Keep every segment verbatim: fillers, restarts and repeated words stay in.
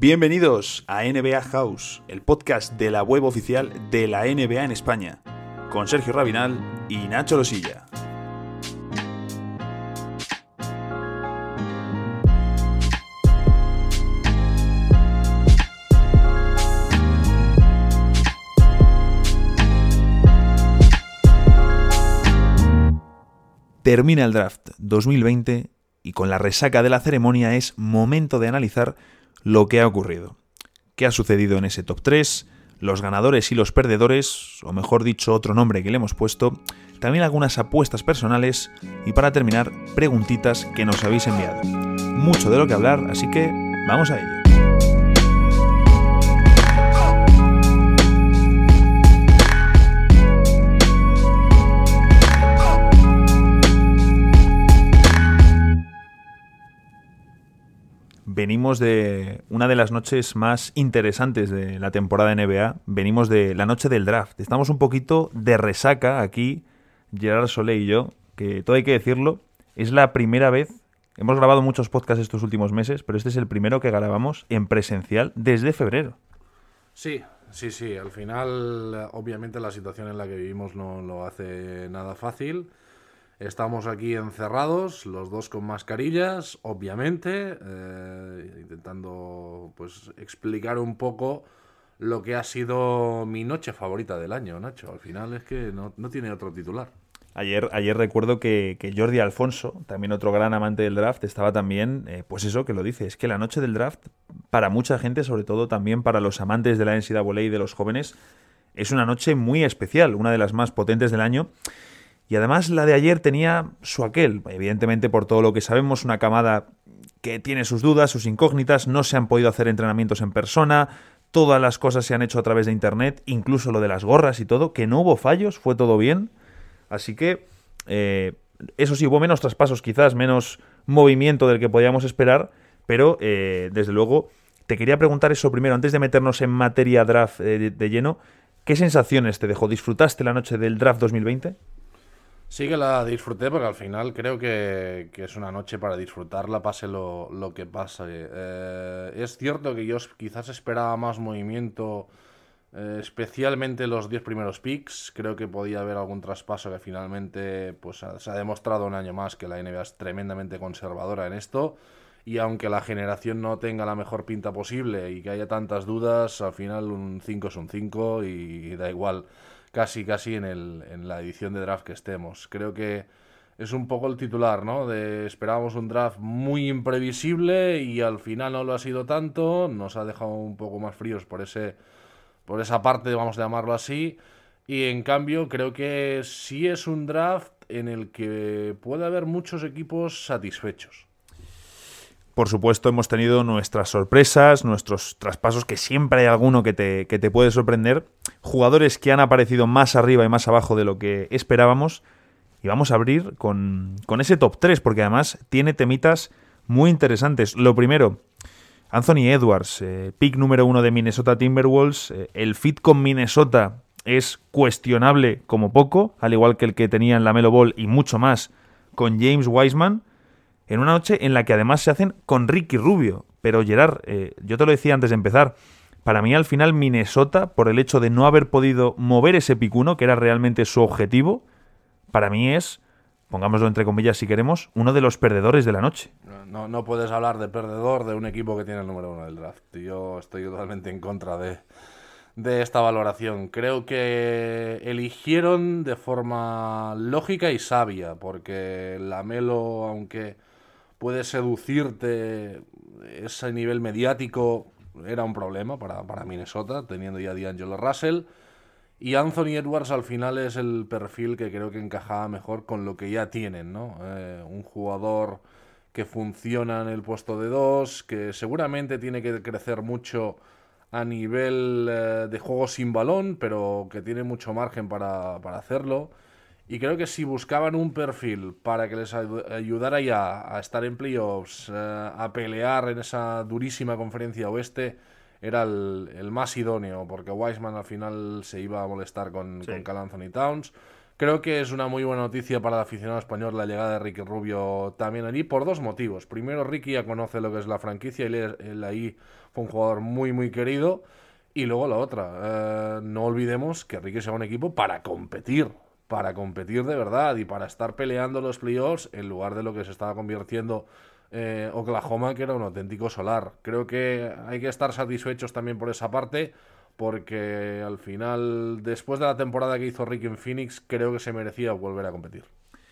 Bienvenidos a N B A House, el podcast de la web oficial de la N B A en España, con Sergio Rabinal y Nacho Losilla. Termina el draft dos mil veinte y con la resaca de la ceremonia es momento de analizar lo que ha ocurrido. ¿Qué ha sucedido en ese top tres? Los ganadores y los perdedores, o mejor dicho, otro nombre que le hemos puesto. También algunas apuestas personales y para terminar, preguntitas que nos habéis enviado. Mucho de lo que hablar, así que vamos a ello. Venimos de una de las noches más interesantes de la temporada N B A. Venimos de la noche del draft. Estamos un poquito de resaca aquí, Gerard Solé y yo, que todo hay que decirlo. Es la primera vez, hemos grabado muchos podcasts estos últimos meses, pero este es el primero que grabamos en presencial desde febrero. Sí, sí, sí. Al final, obviamente, la situación en la que vivimos no lo hace nada fácil. Estamos aquí encerrados, los dos con mascarillas, obviamente, eh, intentando pues explicar un poco lo que ha sido mi noche favorita del año, Nacho. Al final es que no, no tiene otro titular. Ayer, ayer recuerdo que, que Jordi Alfonso, también otro gran amante del draft, estaba también, eh, pues eso que lo dice, es que la noche del draft, para mucha gente, sobre todo también para los amantes de la N C A A y de los jóvenes, es una noche muy especial, una de las más potentes del año. Y además la de ayer tenía su aquel, evidentemente por todo lo que sabemos, una camada que tiene sus dudas, sus incógnitas, no se han podido hacer entrenamientos en persona, todas las cosas se han hecho a través de internet, incluso lo de las gorras y todo, que no hubo fallos, fue todo bien. Así que, eh, eso sí, hubo menos traspasos quizás, menos movimiento del que podíamos esperar, pero eh, desde luego te quería preguntar eso primero, antes de meternos en materia draft eh, de, de lleno, ¿qué sensaciones te dejó? ¿Disfrutaste la noche del draft dos mil veinte? Sí que la disfruté porque al final creo que, que es una noche para disfrutarla, pase lo, lo que pase. Eh, es cierto que yo quizás esperaba más movimiento, eh, especialmente los diez primeros picks. Creo que podía haber algún traspaso que finalmente pues, se ha demostrado un año más que la N B A es tremendamente conservadora en esto. Y aunque la generación no tenga la mejor pinta posible y que haya tantas dudas, al final un cinco es un cinco y, y da igual. Casi, casi en, el, en la edición de draft que estemos. Creo que es un poco el titular, ¿no? De esperábamos un draft muy imprevisible y al final no lo ha sido tanto. Nos ha dejado un poco más fríos por ese, por esa parte, vamos a llamarlo así. Y en cambio creo que sí es un draft en el que puede haber muchos equipos satisfechos. Por supuesto, hemos tenido nuestras sorpresas, nuestros traspasos, que siempre hay alguno que te, que te puede sorprender. Jugadores que han aparecido más arriba y más abajo de lo que esperábamos. Y vamos a abrir con, con ese top tres, porque además tiene temitas muy interesantes. Lo primero, Anthony Edwards, eh, pick número uno de Minnesota Timberwolves. Eh, el fit con Minnesota es cuestionable como poco, al igual que el que tenía en la Melo Ball y mucho más con James Wiseman. En una noche en la que además se hacen con Ricky Rubio. Pero Gerard, eh, yo te lo decía antes de empezar, para mí al final Minnesota, por el hecho de no haber podido mover ese pick uno, que era realmente su objetivo, para mí es, pongámoslo entre comillas si queremos, uno de los perdedores de la noche. No, no puedes hablar de perdedor de un equipo que tiene el número uno del draft. Yo estoy totalmente en contra de, de esta valoración. Creo que eligieron de forma lógica y sabia, porque la Melo, aunque puede seducirte, ese nivel mediático era un problema para, para Minnesota, teniendo ya a D'Angelo Russell. Y Anthony Edwards al final es el perfil que creo que encajaba mejor con lo que ya tienen, ¿no? Eh, un jugador que funciona en el puesto de dos, que seguramente tiene que crecer mucho a nivel eh, de juego sin balón, pero que tiene mucho margen para, para hacerlo. Y creo que si buscaban un perfil para que les ayudara ya a estar en playoffs, eh, a pelear en esa durísima conferencia oeste, era el, el más idóneo, porque Wiseman al final se iba a molestar con, sí. con Karl Anthony Towns. Creo que es una muy buena noticia para el aficionado español la llegada de Ricky Rubio también allí por dos motivos. Primero, Ricky ya conoce lo que es la franquicia y él, él ahí fue un jugador muy muy querido. Y luego la otra, eh, no olvidemos que Ricky se va a un equipo para competir, para competir de verdad y para estar peleando los playoffs en lugar de lo que se estaba convirtiendo eh, Oklahoma, que era un auténtico solar. Creo que hay que estar satisfechos también por esa parte, porque al final, después de la temporada que hizo Ricky en Phoenix, creo que se merecía volver a competir.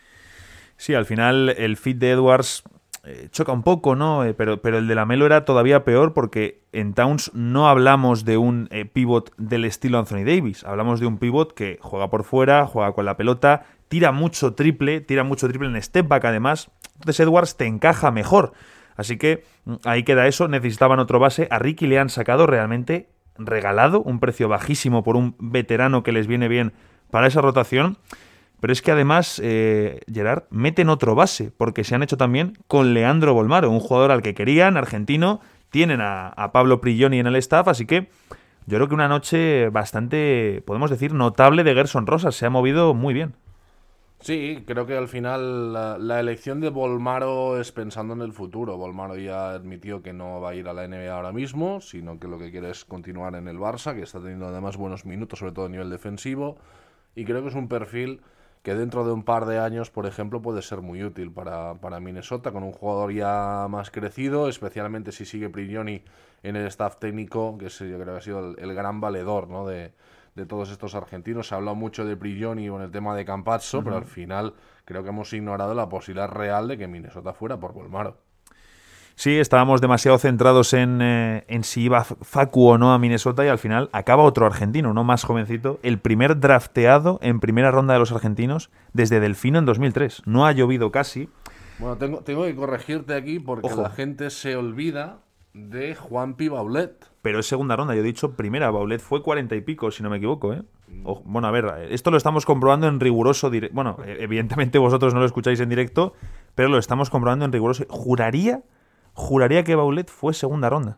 Sí, al final el fit de Edwards eh, choca un poco, ¿no? Eh, pero, pero el de LaMelo era todavía peor porque en Towns no hablamos de un eh, pivot del estilo Anthony Davis. Hablamos de un pivot que juega por fuera, juega con la pelota, tira mucho triple, tira mucho triple en step back además. Entonces Edwards te encaja mejor. Así que ahí queda eso. Necesitaban otro base. A Ricky le han sacado realmente regalado, un precio bajísimo por un veterano que les viene bien para esa rotación. Pero es que además, eh, Gerard, meten otro base, porque se han hecho también con Leandro Bolmaro, un jugador al que querían, argentino. Tienen a, a Pablo Prigioni en el staff, así que yo creo que una noche bastante, podemos decir, notable de Gerson Rosas. Se ha movido muy bien. Sí, creo que al final la, la elección de Bolmaro es pensando en el futuro. Bolmaro ya admitió que no va a ir a la N B A ahora mismo, sino que lo que quiere es continuar en el Barça, que está teniendo además buenos minutos, sobre todo a nivel defensivo. Y creo que es un perfil que dentro de un par de años, por ejemplo, puede ser muy útil para, para Minnesota, con un jugador ya más crecido, especialmente si sigue Prigioni en el staff técnico, que yo creo que ha sido el, el gran valedor, ¿no?, de, de todos estos argentinos. Se ha hablado mucho de Prigioni con el tema de Campazzo, uh-huh. pero al final creo que hemos ignorado la posibilidad real de que Minnesota fuera por Bolmaro. Sí, estábamos demasiado centrados en, eh, en si iba Facu o no a Minnesota y al final acaba otro argentino, no más jovencito, el primer drafteado en primera ronda de los argentinos desde Delfino en dos mil tres. No ha llovido casi. Bueno, tengo, tengo que corregirte aquí porque Ojo. la gente se olvida de Juanpi Baulet. Pero es segunda ronda, yo he dicho primera. Baulet fue cuarenta y pico, si no me equivoco, ¿eh? Ojo, bueno, a ver, esto lo estamos comprobando en riguroso directo. Bueno, evidentemente vosotros no lo escucháis en directo, pero lo estamos comprobando en riguroso. Juraría... Juraría que Baulet fue segunda ronda.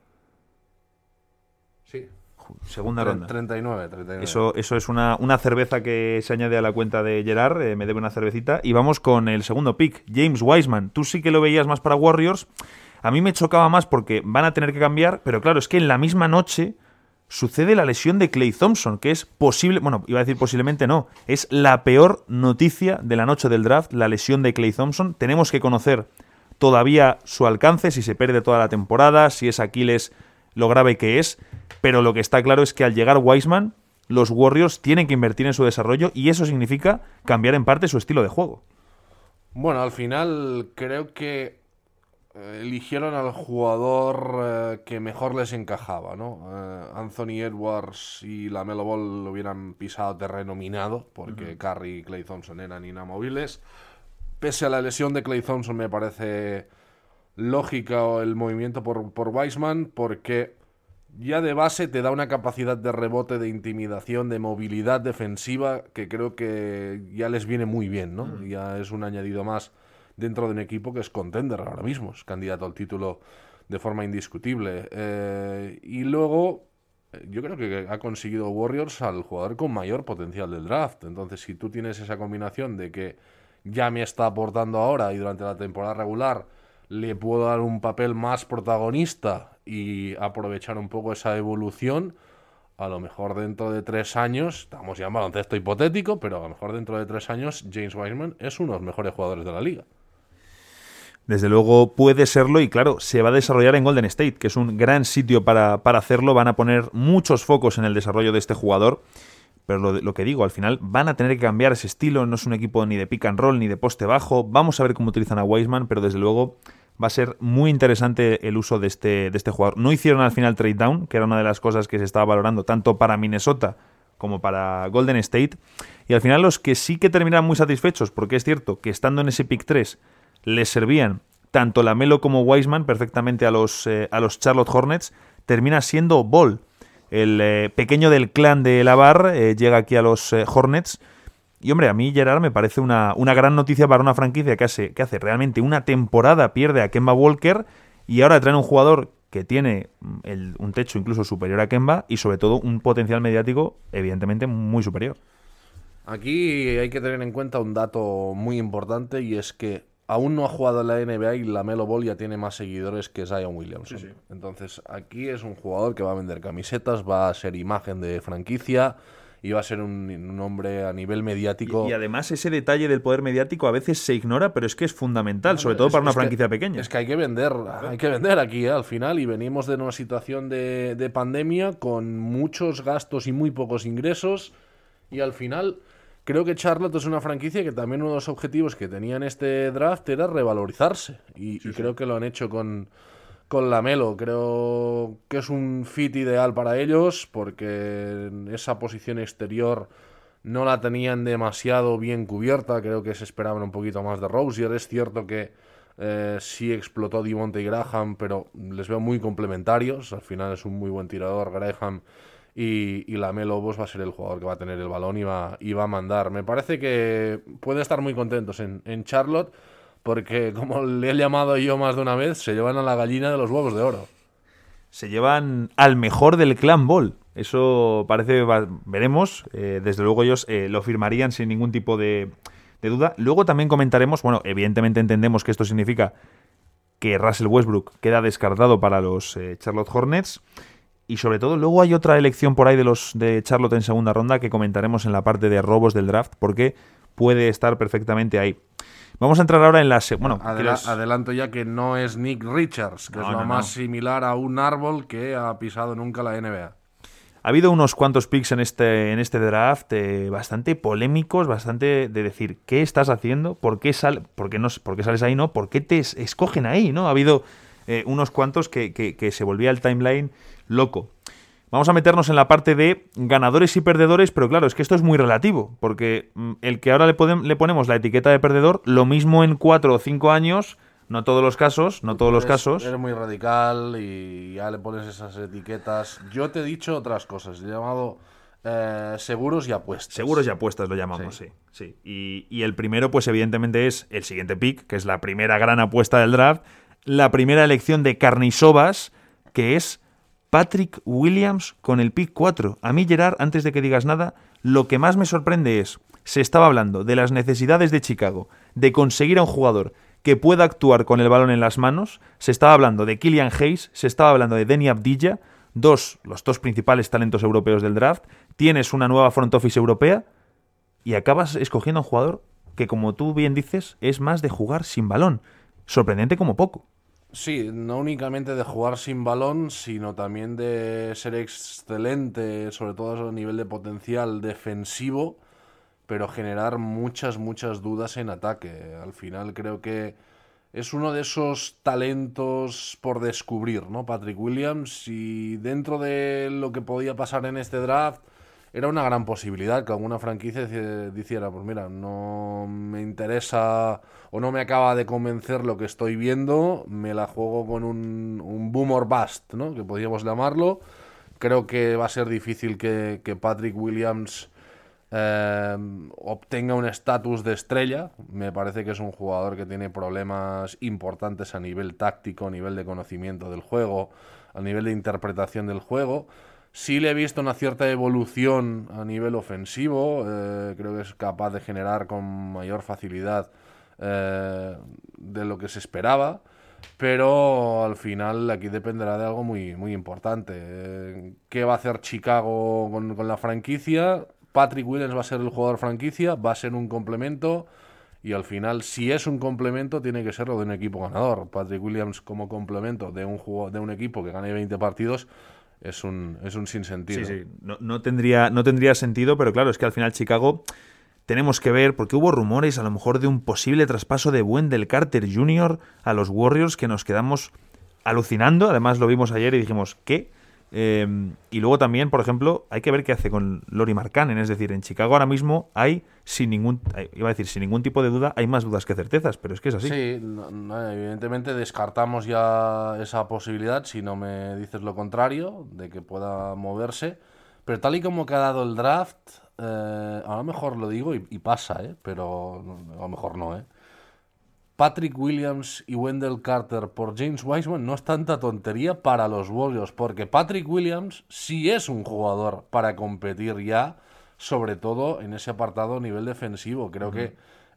Sí. Segunda Tre- ronda. treinta y nueve, treinta y nueve. Eso, eso es una, una cerveza que se añade a la cuenta de Gerard. Eh, me debe una cervecita. Y vamos con el segundo pick, James Wiseman. Tú sí que lo veías más para Warriors. A mí me chocaba más porque van a tener que cambiar. Pero claro, es que en la misma noche sucede la lesión de Klay Thompson, que es posible... Bueno, iba a decir posiblemente no. Es la peor noticia de la noche del draft, la lesión de Klay Thompson. Tenemos que conocer todavía su alcance, si se pierde toda la temporada, si es Aquiles, lo grave que es, pero lo que está claro es que al llegar Wiseman, los Warriors tienen que invertir en su desarrollo y eso significa cambiar en parte su estilo de juego. Bueno, al final creo que eligieron al jugador eh, que mejor les encajaba, ¿no? Eh, Anthony Edwards y LaMelo Ball lo hubieran pisado terreno minado, porque uh-huh. Curry y Klay Thompson eran inamovibles. Pese a la lesión de Klay Thompson, me parece lógica el movimiento por, por Wiseman, porque ya de base te da una capacidad de rebote, de intimidación, de movilidad defensiva, que creo que ya les viene muy bien, ¿no? Mm. Ya es un añadido más dentro de un equipo que es contender ahora mismo, es candidato al título de forma indiscutible. Eh, y luego, yo creo que ha conseguido Warriors al jugador con mayor potencial del draft. Entonces, si tú tienes esa combinación de que ya me está aportando ahora y durante la temporada regular le puedo dar un papel más protagonista y aprovechar un poco esa evolución, a lo mejor dentro de tres años, estamos ya en baloncesto hipotético, pero a lo mejor dentro de tres años James Wiseman es uno de los mejores jugadores de la liga. Desde luego puede serlo y claro, se va a desarrollar en Golden State, que es un gran sitio para, para hacerlo. Van a poner muchos focos en el desarrollo de este jugador. Pero lo, lo que digo, al final van a tener que cambiar ese estilo, no es un equipo ni de pick and roll ni de poste bajo. Vamos a ver cómo utilizan a Wiseman, pero desde luego va a ser muy interesante el uso de este, de este jugador. No hicieron al final trade down, que era una de las cosas que se estaba valorando tanto para Minnesota como para Golden State. Y al final los que sí que terminaron muy satisfechos, porque es cierto que estando en ese pick tres les servían tanto LaMelo como Wiseman perfectamente a los, eh, a los Charlotte Hornets, termina siendo Ball. El eh, pequeño del clan de Lavar eh, llega aquí a los eh, Hornets. Y hombre, a mí Gerard me parece una, una gran noticia para una franquicia que hace, que hace realmente una temporada, pierde a Kemba Walker y ahora traen un jugador que tiene el, un techo incluso superior a Kemba y sobre todo un potencial mediático evidentemente muy superior. Aquí hay que tener en cuenta un dato muy importante y es que aún no ha jugado en la N B A y la Melo Ball ya tiene más seguidores que Zion Williamson. Sí, sí. Entonces aquí es un jugador que va a vender camisetas, va a ser imagen de franquicia y va a ser un, un hombre a nivel mediático. Y, y además ese detalle del poder mediático a veces se ignora, pero es que es fundamental, no, sobre todo es, para una franquicia que, pequeña. Es que hay que vender, hay que vender aquí ¿eh? Al final, y venimos de una situación de, de pandemia con muchos gastos y muy pocos ingresos y al final... Creo que Charlotte es una franquicia que también uno de los objetivos que tenía en este draft era revalorizarse. Y, sí, y sí. creo que lo han hecho con, con Lamelo. Creo que es un fit ideal para ellos porque esa posición exterior no la tenían demasiado bien cubierta. Creo que se esperaban un poquito más de Rozier. Es cierto que eh, sí explotó Devontae Graham, pero les veo muy complementarios. Al final es un muy buen tirador Graham. Y, y Lamelo pues, va a ser el jugador que va a tener el balón y va, y va a mandar. Me parece que puede estar muy contentos en, en Charlotte porque, como le he llamado yo más de una vez, se llevan a la gallina de los huevos de oro. Se llevan al mejor del clan Ball. Eso parece, veremos. Eh, desde luego ellos eh, lo firmarían sin ningún tipo de, de duda. Luego también comentaremos, bueno, evidentemente entendemos que esto significa que Russell Westbrook queda descartado para los eh, Charlotte Hornets. Y sobre todo, luego hay otra elección por ahí de los de Charlotte en segunda ronda que comentaremos en la parte de robos del draft, porque puede estar perfectamente ahí. Vamos a entrar ahora en la... Se- bueno, Adela- ¿quieres? Adelanto ya que no es Nick Richards, que No, es lo no, más no. similar a un árbol que ha pisado nunca la N B A. Ha habido unos cuantos picks en este, en este draft eh, bastante polémicos, bastante de decir, ¿qué estás haciendo? ¿Por qué, sal, por qué, no, por qué sales ahí? ¿No? ¿Por qué te es- escogen ahí? ¿No? Ha habido eh, unos cuantos que, que, que se volvía el timeline loco. Vamos a meternos en la parte de ganadores y perdedores, pero claro, es que esto es muy relativo, porque mm, el que ahora le, podem- le ponemos la etiqueta de perdedor, lo mismo en cuatro o cinco años, no todos los casos, no todos los Eres- casos. Eres muy radical y ya le pones esas etiquetas. Yo te he dicho otras cosas, he llamado eh, seguros y apuestas. Seguros y apuestas lo llamamos, sí. sí, sí. Y, y el primero, pues evidentemente es el siguiente pick, que es la primera gran apuesta del draft, la primera elección de Carnisovas, que es Patrick Williams con el pick cuatro. A mí, Gerard, antes de que digas nada, lo que más me sorprende es, se estaba hablando de las necesidades de Chicago, de conseguir a un jugador que pueda actuar con el balón en las manos, se estaba hablando de Killian Hayes, se estaba hablando de Deni Avdija, dos, los dos principales talentos europeos del draft, tienes una nueva front office europea y acabas escogiendo a un jugador que, como tú bien dices, es más de jugar sin balón. Sorprendente como poco. Sí, no únicamente de jugar sin balón, sino también de ser excelente, sobre todo a nivel de potencial defensivo, pero generar muchas, muchas dudas en ataque. Al final creo que es uno de esos talentos por descubrir, ¿no? Patrick Williams, y dentro de lo que podía pasar en este draft, era una gran posibilidad que alguna franquicia dice- dijera, pues mira, no me interesa o no me acaba de convencer lo que estoy viendo, me la juego con un, un boom or bust, ¿no? Que podríamos llamarlo. Creo que va a ser difícil que, que Patrick Williams eh, obtenga un estatus de estrella. Me parece que es un jugador que tiene problemas importantes a nivel táctico, a nivel de conocimiento del juego, a nivel de interpretación del juego. Sí le he visto una cierta evolución a nivel ofensivo, eh, creo que es capaz de generar con mayor facilidad eh, de lo que se esperaba, pero al final aquí dependerá de algo muy, muy importante. Eh, ¿Qué va a hacer Chicago con, con la franquicia? Patrick Williams va a ser el jugador franquicia, va a ser un complemento. Y al final, si es un complemento, tiene que serlo de un equipo ganador. Patrick Williams como complemento de un, juego, de un equipo que gane veinte partidos es un, es un sinsentido. Sí, sí, no, no, tendría, no tendría sentido, pero claro, es que al final Chicago tenemos que ver, porque hubo rumores a lo mejor de un posible traspaso de Wendell Carter junior a los Warriors que nos quedamos alucinando. Además lo vimos ayer y dijimos, ¿qué? Eh, y luego también, por ejemplo, hay que ver qué hace con Lauri Markkanen. Es decir, en Chicago ahora mismo hay, sin ningún iba a decir, sin ningún tipo de duda, hay más dudas que certezas, pero es que es así. Sí, no, no, evidentemente descartamos ya esa posibilidad, si no me dices lo contrario, de que pueda moverse. Pero tal y como que ha dado el draft, eh, a lo mejor lo digo y, y pasa, ¿eh? Pero a lo mejor no, ¿eh? Patrick Williams y Wendell Carter por James Wiseman no es tanta tontería para los Warriors, porque Patrick Williams sí es un jugador para competir ya sobre todo en ese apartado a nivel defensivo. Creo uh-huh. que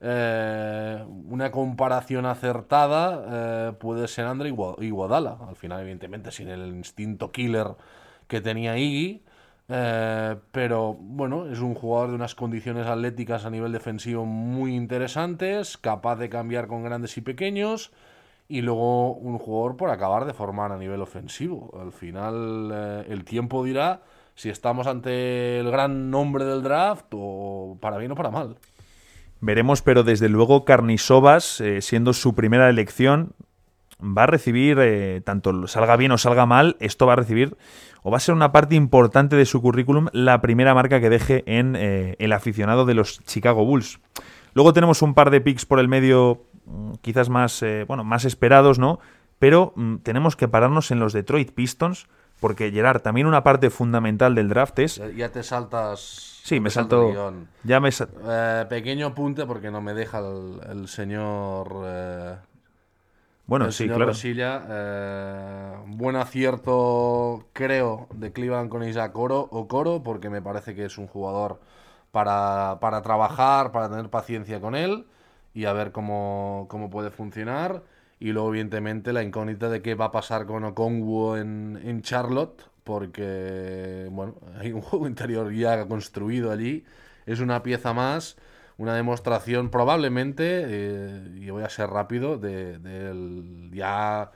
eh, una comparación acertada eh, puede ser Andre Iguodala. Al final, evidentemente, sin el instinto killer que tenía Iggy. Eh, pero bueno, es un jugador de unas condiciones atléticas a nivel defensivo muy interesantes, capaz de cambiar con grandes y pequeños, y luego un jugador por acabar de formar a nivel ofensivo. Al final eh, el tiempo dirá si estamos ante el gran nombre del draft o para bien o para mal. Veremos, pero desde luego Karnisovas, eh, siendo su primera elección, va a recibir, eh, tanto salga bien o salga mal, esto va a recibir, o va a ser una parte importante de su currículum, la primera marca que deje en eh, el aficionado de los Chicago Bulls. Luego tenemos un par de picks por el medio, quizás más, eh, bueno, más esperados, ¿no? Pero mm, tenemos que pararnos en los Detroit Pistons, porque Gerard, también una parte fundamental del draft es... Ya, ya te saltas... Sí, me salto... Ya me sal... eh, pequeño apunte porque no me deja el, el señor... Eh... Bueno, el sí, señor claro. Rosilla, eh, buen acierto, creo, de Cleveland con Isaac Oro, Okoro, porque me parece que es un jugador para, para trabajar, para tener paciencia con él y a ver cómo, cómo puede funcionar. Y luego, evidentemente, la incógnita de qué va a pasar con Okongwu en, en Charlotte, porque bueno, hay un juego interior ya construido allí. Es una pieza más. Una demostración probablemente, eh, y voy a ser rápido, del de ya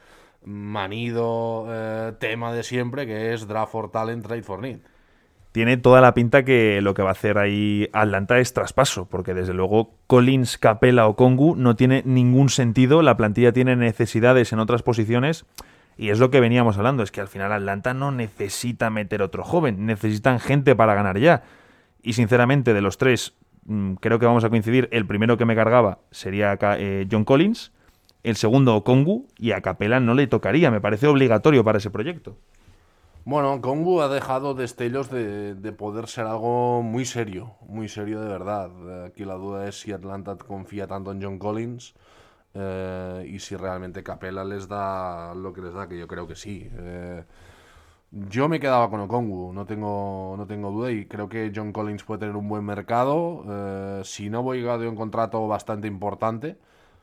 manido eh, tema de siempre, que es Draft for Talent, Trade for Need. Tiene toda la pinta que lo que va a hacer ahí Atlanta es traspaso, porque desde luego Collins, Capela o Okongwu no tiene ningún sentido, la plantilla tiene necesidades en otras posiciones, y es lo que veníamos hablando, es que al final Atlanta no necesita meter otro joven, necesitan gente para ganar ya. Y sinceramente, de los tres... creo que vamos a coincidir, el primero que me cargaba sería eh, John Collins, el segundo Okongwu, y a Capela no le tocaría, me parece obligatorio para ese proyecto. Bueno, Okongwu ha dejado destellos de, de poder ser algo muy serio, muy serio de verdad. Aquí la duda es si Atlanta confía tanto en John Collins eh, y si realmente Capela les da lo que les da, que yo creo que sí. Eh, Yo me quedaba con Okongwu, no tengo, no tengo duda, y creo que John Collins puede tener un buen mercado. Eh, si no, voy a dar un contrato bastante importante,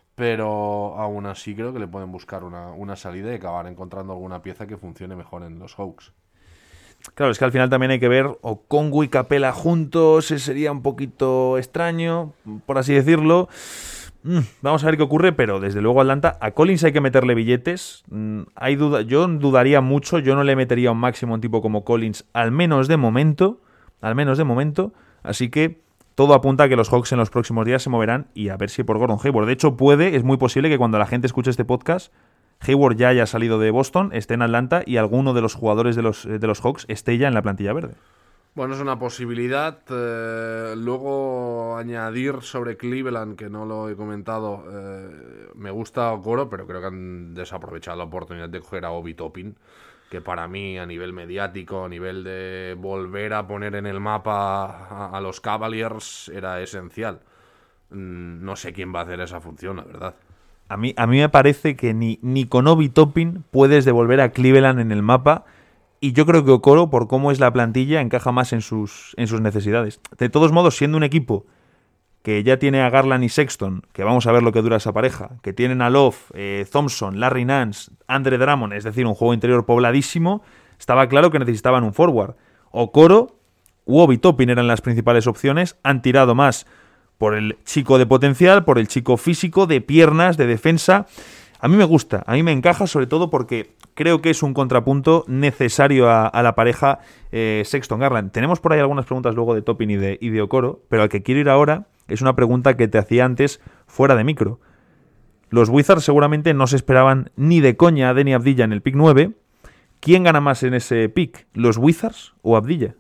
pero aún así creo que le pueden buscar una, una salida y acabar encontrando alguna pieza que funcione mejor en los Hawks. Claro, es que al final también hay que ver Okongwu y Capela juntos, sería un poquito extraño, por así decirlo. Mm, vamos a ver qué ocurre, pero desde luego Atlanta, a Collins hay que meterle billetes. Mm, hay duda, yo dudaría mucho, yo no le metería un máximo a un tipo como Collins, al menos de momento, al menos de momento. Así que todo apunta a que los Hawks en los próximos días se moverán y a ver si por Gordon Hayward. De hecho, puede, es muy posible que cuando la gente escuche este podcast, Hayward ya haya salido de Boston, esté en Atlanta y alguno de los jugadores de los, de los Hawks esté ya en la plantilla verde. Bueno, es una posibilidad. Eh, luego añadir sobre Cleveland, que no lo he comentado, eh, me gusta Okoro, pero creo que han desaprovechado la oportunidad de coger a Obi Toppin, que para mí a nivel mediático, a nivel de volver a poner en el mapa a, a los Cavaliers era esencial. Mm, no sé quién va a hacer esa función, la verdad. A mí, a mí me parece que ni, ni con Obi Toppin puedes devolver a Cleveland en el mapa. Y yo creo que Okoro, por cómo es la plantilla, encaja más en sus, en sus necesidades. De todos modos, siendo un equipo que ya tiene a Garland y Sexton, que vamos a ver lo que dura esa pareja, que tienen a Love, eh, Thompson, Larry Nance, Andre Drummond, es decir, un juego interior pobladísimo, estaba claro que necesitaban un forward. Okoro u Obi Toppin eran las principales opciones, han tirado más por el chico de potencial, por el chico físico, de piernas, de defensa. A mí me gusta, a mí me encaja, sobre todo porque creo que es un contrapunto necesario a, a la pareja eh, Sexton-Garland. Tenemos por ahí algunas preguntas luego de Toppin y de, y de Okoro, pero al que quiero ir ahora es una pregunta que te hacía antes fuera de micro. Los Wizards seguramente no se esperaban ni de coña a Deni Avdija en el pick nueve. ¿Quién gana más en ese pick, los Wizards o Avdija?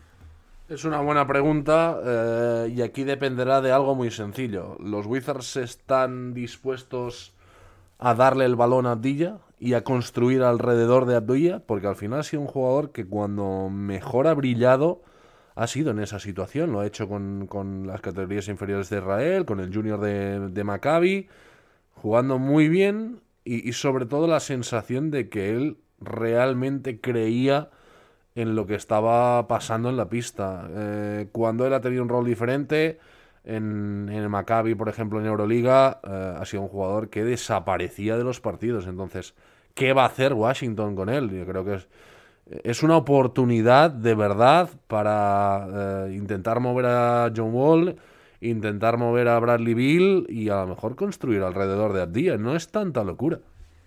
Es una buena pregunta eh, y aquí dependerá de algo muy sencillo. Los Wizards están dispuestos a darle el balón a Avdija y a construir alrededor de Avdija, porque al final ha sido un jugador que cuando mejor ha brillado ha sido en esa situación. Lo ha hecho con, con las categorías inferiores de Israel, con el junior de, de Maccabi, jugando muy bien y, y sobre todo la sensación de que él realmente creía en lo que estaba pasando en la pista. Eh, cuando él ha tenido un rol diferente, en, en el Maccabi, por ejemplo, en Euroliga, eh, ha sido un jugador que desaparecía de los partidos. Entonces, ¿qué va a hacer Washington con él? Yo creo que es, es una oportunidad de verdad para eh, intentar mover a John Wall, intentar mover a Bradley Beal y a lo mejor construir alrededor de Abdiyah. No es tanta locura.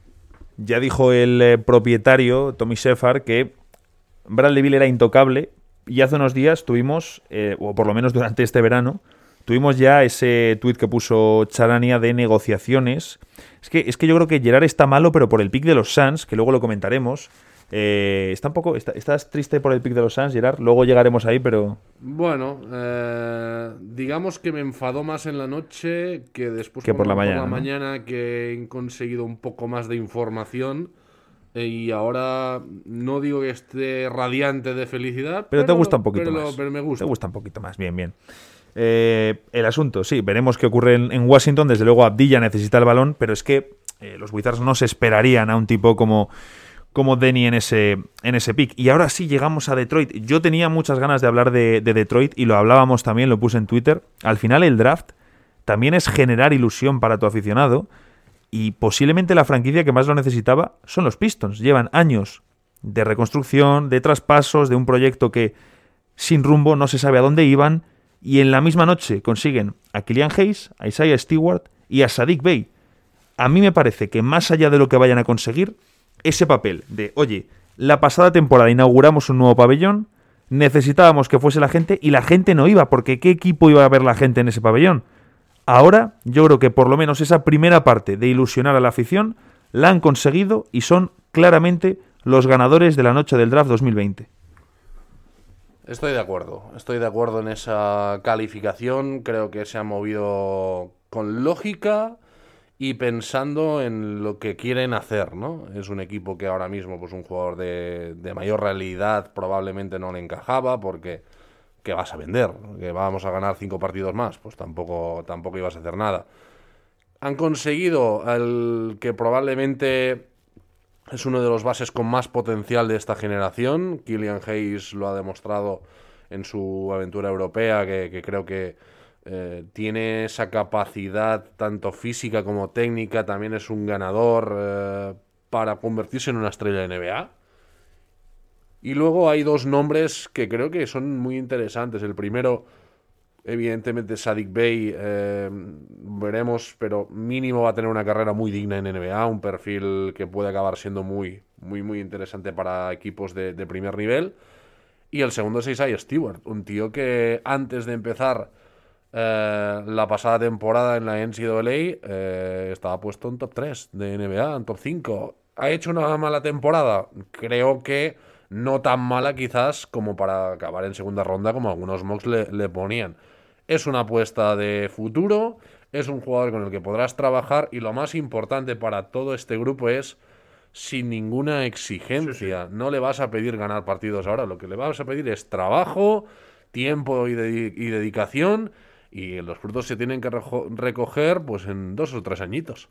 Ya dijo el eh, propietario, Tommy Shepard, que Bradley Beal era intocable y hace unos días tuvimos, eh, o por lo menos durante este verano, tuvimos ya ese tuit que puso Charania de negociaciones. Es que, es que yo creo que Gerard está malo, pero por el pick de los Suns, que luego lo comentaremos. Eh, está un poco, está, ¿Estás triste por el pick de los Suns, Gerard? Luego llegaremos ahí, pero... Bueno, eh, digamos que me enfadó más en la noche que después que por la mañana, por la ¿no? mañana que he conseguido un poco más de información. Y ahora no digo que esté radiante de felicidad, Pero pero, te gusta lo- un poquito pero, lo- más. pero me Te gusta. gusta un poquito más, bien, bien. Eh, el asunto, sí, veremos qué ocurre en, en Washington. Desde luego Abdiyah necesita el balón, pero es que eh, los Wizards no se esperarían a un tipo como, como Denny en ese, en ese pick. Y ahora sí llegamos a Detroit. Yo tenía muchas ganas de hablar de, de Detroit y lo hablábamos también, lo puse en Twitter. Al final el draft también es generar ilusión para tu aficionado. Y posiblemente la franquicia que más lo necesitaba son los Pistons. Llevan años de reconstrucción, de traspasos, de un proyecto que sin rumbo no se sabe a dónde iban. Y en la misma noche consiguen a Killian Hayes, a Isaiah Stewart y a Saddiq Bey. A mí me parece que más allá de lo que vayan a conseguir, ese papel de, oye, la pasada temporada inauguramos un nuevo pabellón, necesitábamos que fuese la gente y la gente no iba, porque ¿qué equipo iba a ver la gente en ese pabellón? Ahora yo creo que por lo menos esa primera parte de ilusionar a la afición la han conseguido y son claramente los ganadores de la noche del draft dos mil veinte. Estoy de acuerdo, estoy de acuerdo en esa calificación. Creo que se ha movido con lógica y pensando en lo que quieren hacer, ¿no? Es un equipo que ahora mismo, pues un jugador de, de mayor realidad probablemente no le encajaba porque ¿qué vas a vender? ¿Que vamos a ganar cinco partidos más? Pues tampoco, tampoco ibas a hacer nada. Han conseguido el que probablemente es uno de los bases con más potencial de esta generación. Killian Hayes lo ha demostrado en su aventura europea, que, que creo que eh, tiene esa capacidad tanto física como técnica. También es un ganador eh, para convertirse en una estrella de N B A. Y luego hay dos nombres que creo que son muy interesantes. El primero, evidentemente, Saddiq Bey, eh, veremos, pero mínimo va a tener una carrera muy digna en N B A, un perfil que puede acabar siendo muy, muy, muy interesante para equipos de, de primer nivel. Y el segundo es Isaiah Stewart, un tío que antes de empezar eh, la pasada temporada en la N C A A eh, estaba puesto en top tres de N B A, en top cinco. ¿Ha hecho una mala temporada? Creo que no tan mala quizás como para acabar en segunda ronda como algunos mocks le, le ponían. Es una apuesta de futuro, es un jugador con el que podrás trabajar y lo más importante para todo este grupo es sin ninguna exigencia. Sí, sí. No le vas a pedir ganar partidos ahora, lo que le vas a pedir es trabajo, tiempo y, de- y dedicación y los frutos se tienen que rejo- recoger pues en dos o tres añitos.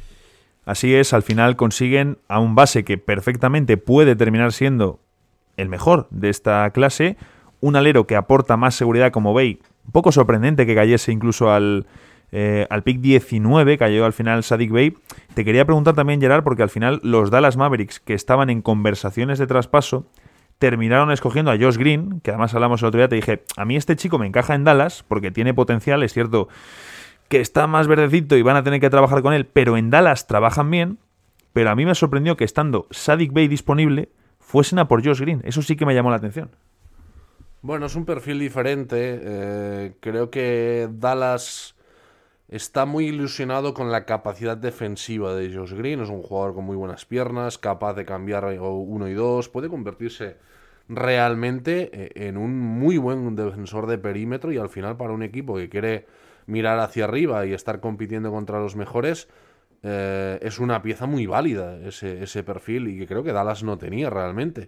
Así es, al final consiguen a un base que perfectamente puede terminar siendo el mejor de esta clase, un alero que aporta más seguridad como Bey, un poco sorprendente que cayese incluso al, eh, al pick diecinueve, cayó al final Saddiq Bey. Te quería preguntar también, Gerard, porque al final los Dallas Mavericks, que estaban en conversaciones de traspaso, terminaron escogiendo a Josh Green, que además hablamos el otro día, te dije, a mí este chico me encaja en Dallas porque tiene potencial, es cierto que está más verdecito y van a tener que trabajar con él, pero en Dallas trabajan bien, pero a mí me sorprendió que estando Saddiq Bey disponible, fuesen a por Josh Green. Eso sí que me llamó la atención. Bueno, es un perfil diferente. eh, creo que Dallas está muy ilusionado con la capacidad defensiva de Josh Green. Es un jugador con muy buenas piernas, capaz de cambiar uno y dos. Puede convertirse realmente eh, en un muy buen defensor de perímetro y al final para un equipo que quiere mirar hacia arriba y estar compitiendo contra los mejores, eh, es una pieza muy válida ese, ese perfil y que creo que Dallas no tenía realmente.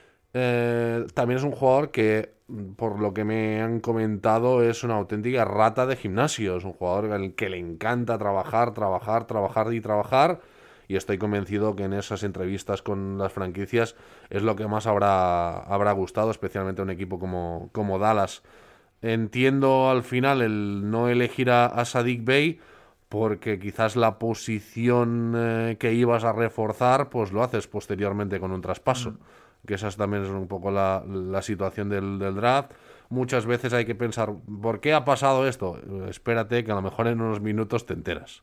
Eh, también es un jugador que, por lo que me han comentado, es una auténtica rata de gimnasio. Es un jugador al que le encanta trabajar, trabajar, trabajar y trabajar. y estoy convencido que en esas entrevistas con las franquicias es lo que más habrá, habrá gustado, especialmente a un equipo como, como Dallas. Entiendo al final el no elegir a, a Saddiq Bey porque quizás la posición eh, que ibas a reforzar pues lo haces posteriormente con un traspaso, mm. que esa también es un poco la, la situación del, del draft. Muchas veces hay que pensar, ¿por qué ha pasado esto? Espérate que a lo mejor en unos minutos te enteras.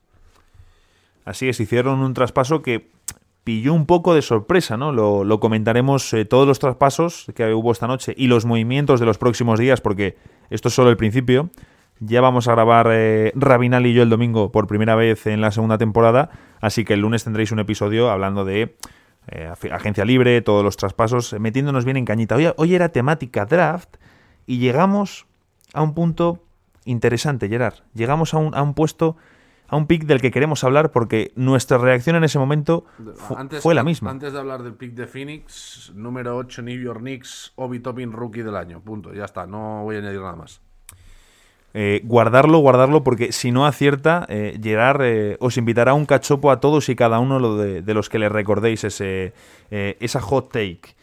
Así es, hicieron un traspaso que pilló un poco de sorpresa, ¿no? Lo, lo comentaremos eh, todos los traspasos que hubo esta noche y los movimientos de los próximos días, porque esto es solo el principio. Ya vamos a grabar eh, Rabinal y yo el domingo por primera vez en la segunda temporada, así que el lunes tendréis un episodio hablando de eh, agencia libre, todos los traspasos, metiéndonos bien en cañita. Hoy, hoy era temática draft y llegamos a un punto interesante, Gerard. Llegamos a un, a un puesto... a un pick del que queremos hablar porque nuestra reacción en ese momento fu- antes, fue la misma. Antes de hablar del pick de Phoenix, número ocho New York Knicks, Obi Toppin Rookie del año. Punto, ya está, no voy a añadir nada más. Eh, guardarlo, guardarlo, porque si no acierta, eh, Gerard eh, os invitará a un cachopo a todos y cada uno lo de, de los que le recordéis ese, eh, esa hot take.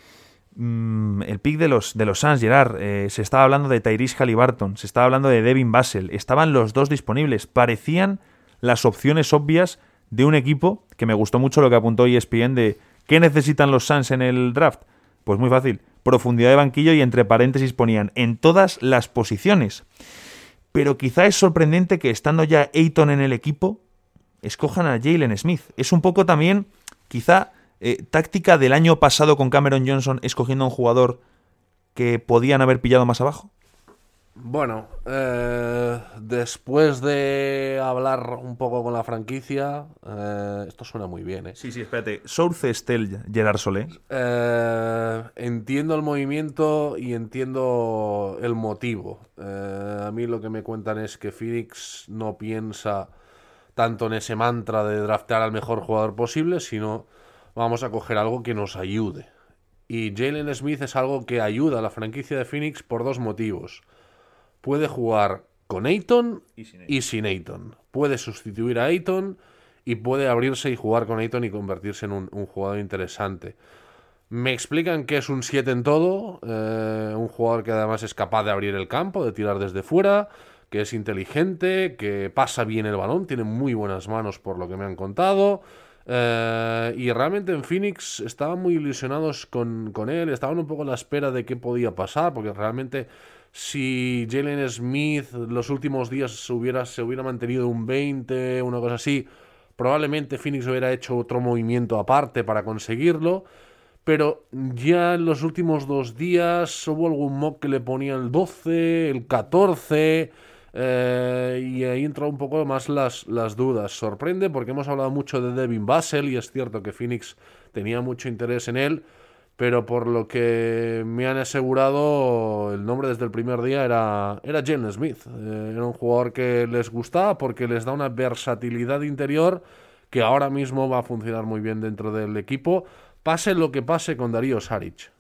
Mm, el pick de los, de los Suns, Gerard, eh, se estaba hablando de Tyrese Haliburton, se estaba hablando de Devin Vassell, estaban los dos disponibles, parecían las opciones obvias de un equipo, que me gustó mucho lo que apuntó E S P N de ¿qué necesitan los Suns en el draft? Pues muy fácil, profundidad de banquillo y entre paréntesis ponían en todas las posiciones. Pero quizá es sorprendente que estando ya Ayton en el equipo, escojan a Jalen Smith. Es un poco también, quizá, eh, táctica del año pasado con Cameron Johnson escogiendo a un jugador que podían haber pillado más abajo. Bueno, eh, después de hablar un poco con la franquicia, eh, esto suena muy bien, ¿eh? Sí, sí, espérate. Source Estel, Gerard Solé. Eh, entiendo el movimiento y entiendo el motivo. Eh, a mí lo que me cuentan es que Phoenix no piensa tanto en ese mantra de draftear al mejor jugador posible, sino vamos a coger algo que nos ayude. Y Jalen Smith es algo que ayuda a la franquicia de Phoenix por dos motivos. Puede jugar con Ayton y sin Ayton. y sin Ayton. Puede sustituir a Ayton y puede abrirse y jugar con Ayton y convertirse en un, un jugador interesante. Me explican que es un siete en todo, eh, un jugador que además es capaz de abrir el campo, de tirar desde fuera, que es inteligente, que pasa bien el balón, tiene muy buenas manos por lo que me han contado. Eh, y realmente en Phoenix estaban muy ilusionados con, con él, estaban un poco a la espera de qué podía pasar, porque realmente... Si Jalen Smith los últimos días se hubiera, se hubiera mantenido un veinte, una cosa así, probablemente Phoenix hubiera hecho otro movimiento aparte para conseguirlo. Pero ya en los últimos dos días hubo algún mock que le ponía el doce, el catorce, eh, y ahí entran un poco más las, las dudas. Sorprende porque hemos hablado mucho de Devin Vassell y es cierto que Phoenix tenía mucho interés en él. Pero por lo que me han asegurado, el nombre desde el primer día era, era Jalen Smith. Eh, era un jugador que les gustaba porque les da una versatilidad interior que ahora mismo va a funcionar muy bien dentro del equipo, pase lo que pase con Dario Saric.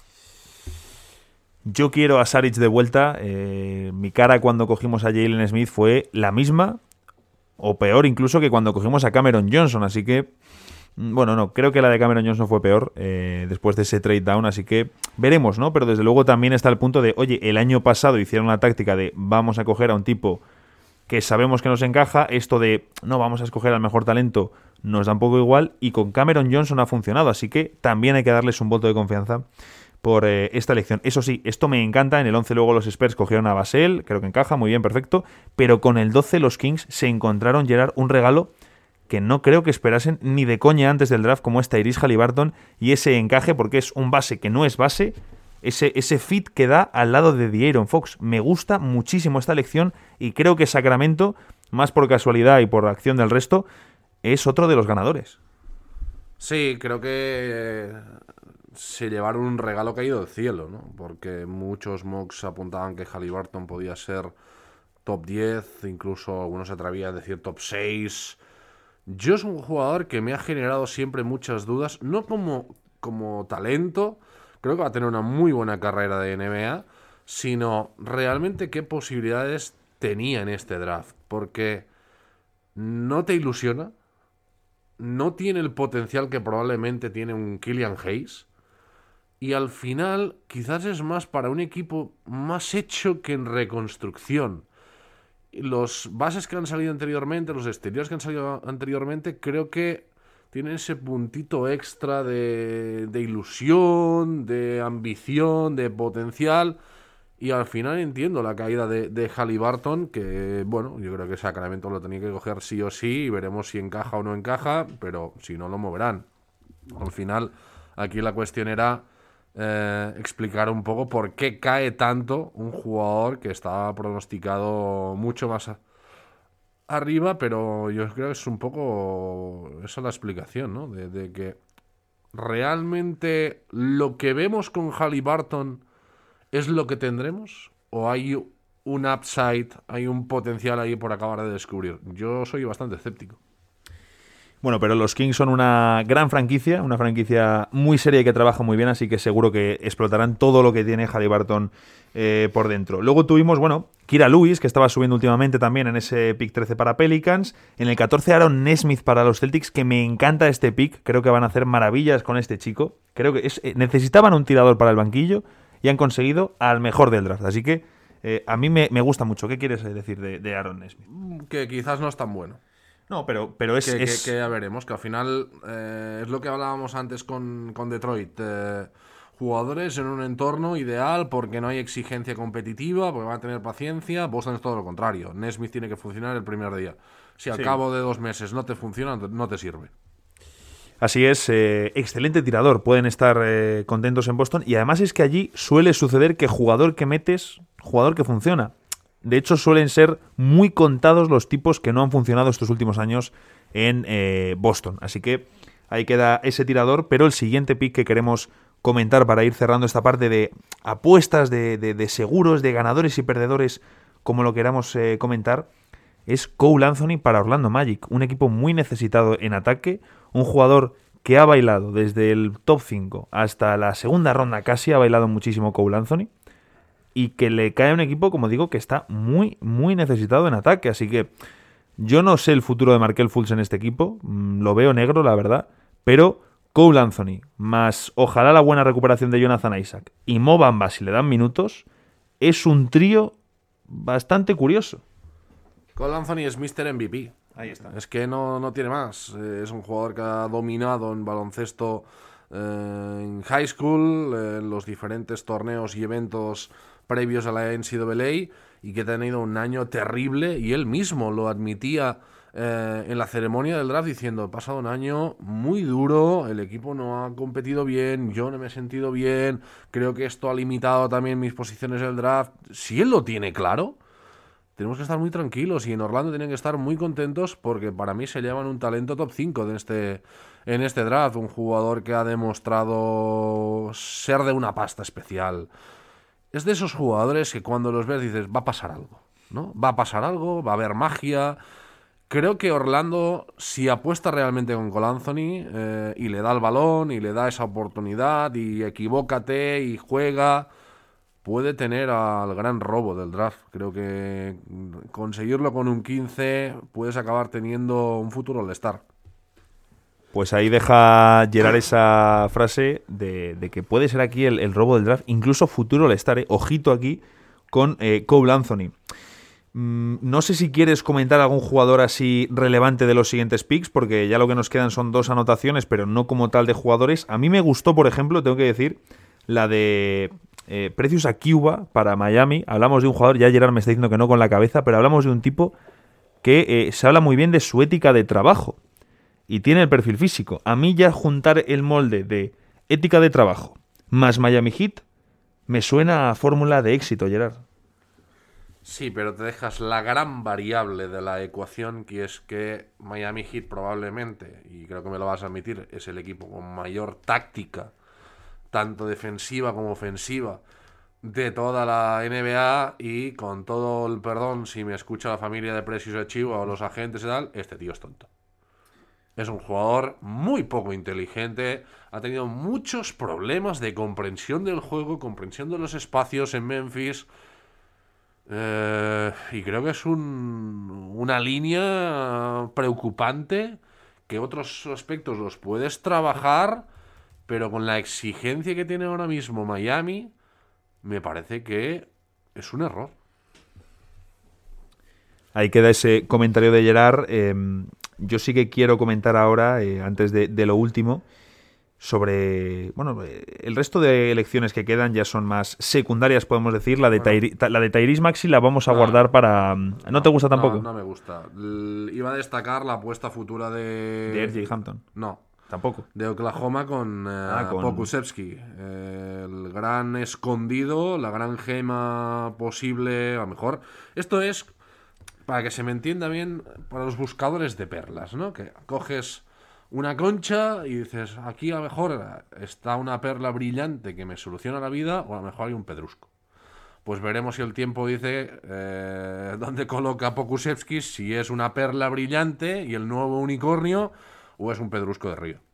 Yo quiero a Saric de vuelta. Eh, mi cara cuando cogimos a Jalen Smith fue la misma, o peor incluso que cuando cogimos a Cameron Johnson, así que... Bueno, no, creo que la de Cameron Johnson fue peor eh, después de ese trade down, así que veremos, ¿no? Pero desde luego también está el punto de, oye, el año pasado hicieron la táctica de vamos a coger a un tipo que sabemos que nos encaja, esto de no, vamos a escoger al mejor talento nos da un poco igual, y con Cameron Johnson ha funcionado, así que también hay que darles un voto de confianza por eh, esta elección. Eso sí, esto me encanta, en el once luego los Spurs cogieron a Vassell, creo que encaja, muy bien, perfecto, pero con el doce los Kings se encontraron, Gerard, un regalo que no creo que esperasen ni de coña antes del draft, como es Tyrese Haliburton, y ese encaje, porque es un base que no es base, ese, ese fit que da al lado de De'Aaron Fox. Me gusta muchísimo esta elección y creo que Sacramento, más por casualidad y por acción del resto, es otro de los ganadores. Sí, creo que se llevaron un regalo caído del cielo, ¿no? Porque muchos mocks apuntaban que Haliburton podía ser top diez, incluso algunos se atrevían a decir top seis... Yo es un jugador que me ha generado siempre muchas dudas, no como, como talento, creo que va a tener una muy buena carrera de N B A, sino realmente qué posibilidades tenía en este draft, porque no te ilusiona, no tiene el potencial que probablemente tiene un Killian Hayes. Y al final, quizás es más para un equipo más hecho que en reconstrucción. Los bases que han salido anteriormente, los exteriores que han salido anteriormente, creo que tienen ese puntito extra de, de ilusión, de ambición, de potencial. Y al final entiendo la caída de, de Haliburton, que bueno, yo creo que Sacramento lo tenía que coger sí o sí, y veremos si encaja o no encaja, pero si no lo moverán. Al final, aquí la cuestión era eh, explicar un poco por qué cae tanto un jugador que estaba pronosticado mucho más a- arriba, pero yo creo que es un poco esa la explicación, ¿no? De, de que realmente lo que vemos con Haliburton es lo que tendremos, o hay un upside, hay un potencial ahí por acabar de descubrir. Yo soy bastante escéptico. Bueno, pero los Kings son una gran franquicia, una franquicia muy seria y que trabaja muy bien, así que seguro que explotarán todo lo que tiene Haliburton eh, por dentro. Luego tuvimos, bueno, Kira Lewis, que estaba subiendo últimamente también en ese pick trece para Pelicans. En el catorce, Aaron Nesmith para los Celtics, que me encanta este pick. Creo que van a hacer maravillas con este chico. Creo que es, eh, necesitaban un tirador para el banquillo y han conseguido al mejor del draft. Así que eh, a mí me, me gusta mucho. ¿Qué quieres decir de, de Aaron Nesmith? Que quizás no es tan bueno. No, pero, pero es, Que, que- es... que ya veremos, que al final eh, es lo que hablábamos antes con, con Detroit. eh, jugadores en un entorno ideal porque no hay exigencia competitiva, porque van a tener paciencia. Boston es todo lo contrario. Nesmith tiene que funcionar el primer día. Si al Sí. cabo de dos meses no te funciona, no te sirve. Así es, eh, excelente tirador. Pueden estar eh, contentos en Boston. Y además es que allí suele suceder que jugador que metes, jugador que funciona. De hecho, suelen ser muy contados los tipos que no han funcionado estos últimos años en eh, Boston. Así que ahí queda ese tirador. Pero el siguiente pick que queremos comentar para ir cerrando esta parte de apuestas, de, de, de seguros, de ganadores y perdedores, como lo queramos eh, comentar, es Cole Anthony para Orlando Magic. Un equipo muy necesitado en ataque. Un jugador que ha bailado desde el top cinco hasta la segunda ronda casi. Ha bailado muchísimo Cole Anthony. Y que le cae a un equipo, como digo, que está muy, muy necesitado en ataque. Así que yo no sé el futuro de Markelle Fultz en este equipo. mm, Lo veo negro, la verdad. Pero Cole Anthony, más ojalá la buena recuperación de Jonathan Isaac y Mo Bamba, si le dan minutos, es un trío bastante curioso. Cole Anthony es míster M V P. Ahí está. Es que no, no tiene más. Eh, es un jugador que ha dominado en baloncesto eh, en high school, eh, en los diferentes torneos y eventos previos a la N C A A, y que ha tenido un año terrible, y él mismo lo admitía eh, en la ceremonia del draft diciendo: he pasado un año muy duro, el equipo no ha competido bien, yo no me he sentido bien, creo que esto ha limitado también mis posiciones en el draft. Si él lo tiene claro, tenemos que estar muy tranquilos, y en Orlando tienen que estar muy contentos porque para mí se llevan un talento top cinco de este, en este draft, un jugador que ha demostrado ser de una pasta especial. Es de esos jugadores que cuando los ves dices, va a pasar algo, ¿no? Va a pasar algo, va a haber magia. Creo que Orlando, si apuesta realmente con Cole Anthony eh, y le da el balón y le da esa oportunidad y equivócate y juega, puede tener al gran robo del draft. Creo que conseguirlo con un quince puedes acabar teniendo un futuro All-Star. Pues ahí deja Gerard esa frase de, de que puede ser aquí el, el robo del draft, incluso futuro All-Star. ¿eh? Ojito aquí con eh, Cole Anthony. Mm, no sé si quieres comentar algún jugador así relevante de los siguientes picks, porque ya lo que nos quedan son dos anotaciones, pero no como tal de jugadores. A mí me gustó, por ejemplo, tengo que decir, la de eh, Precious Achiuwa para Miami. Hablamos de un jugador, ya Gerard me está diciendo que no con la cabeza, pero hablamos de un tipo que eh, se habla muy bien de su ética de trabajo. Y tiene el perfil físico. A mí ya juntar el molde de ética de trabajo más Miami Heat me suena a fórmula de éxito, Gerard. Sí, pero te dejas la gran variable de la ecuación, que es que Miami Heat probablemente, y creo que me lo vas a admitir, es el equipo con mayor táctica, tanto defensiva como ofensiva, de toda la N B A, y con todo el perdón, si me escucha la familia de Precious Achiuwa o los agentes y tal, este tío es tonto. Es un jugador muy poco inteligente, ha tenido muchos problemas de comprensión del juego, comprensión de los espacios en Memphis, eh, y creo que es un, una línea preocupante que otros aspectos los puedes trabajar, pero con la exigencia que tiene ahora mismo Miami, me parece que es un error. Ahí queda ese comentario de Gerard. Eh, yo sí que quiero comentar ahora, eh, antes de, de lo último, sobre, bueno, eh, el resto de elecciones que quedan ya son más secundarias, podemos decir. La de, Bueno. Tyri- ta- la de Tyrese Maxey la vamos a No, guardar para... ¿No, No, te gusta no, tampoco? No, me gusta. L- iba a destacar la apuesta futura de... De R J Hampton. No, Tampoco. de Oklahoma con, eh, Ah, con- Pokusevski. Eh, el gran escondido, la gran gema posible, a lo mejor. Esto es, para que se me entienda bien, para los buscadores de perlas, ¿no? Que coges una concha y dices, aquí a lo mejor está una perla brillante que me soluciona la vida, o a lo mejor hay un pedrusco. Pues veremos si el tiempo dice eh, dónde coloca Pokusevski, si es una perla brillante y el nuevo unicornio, o es un pedrusco de río.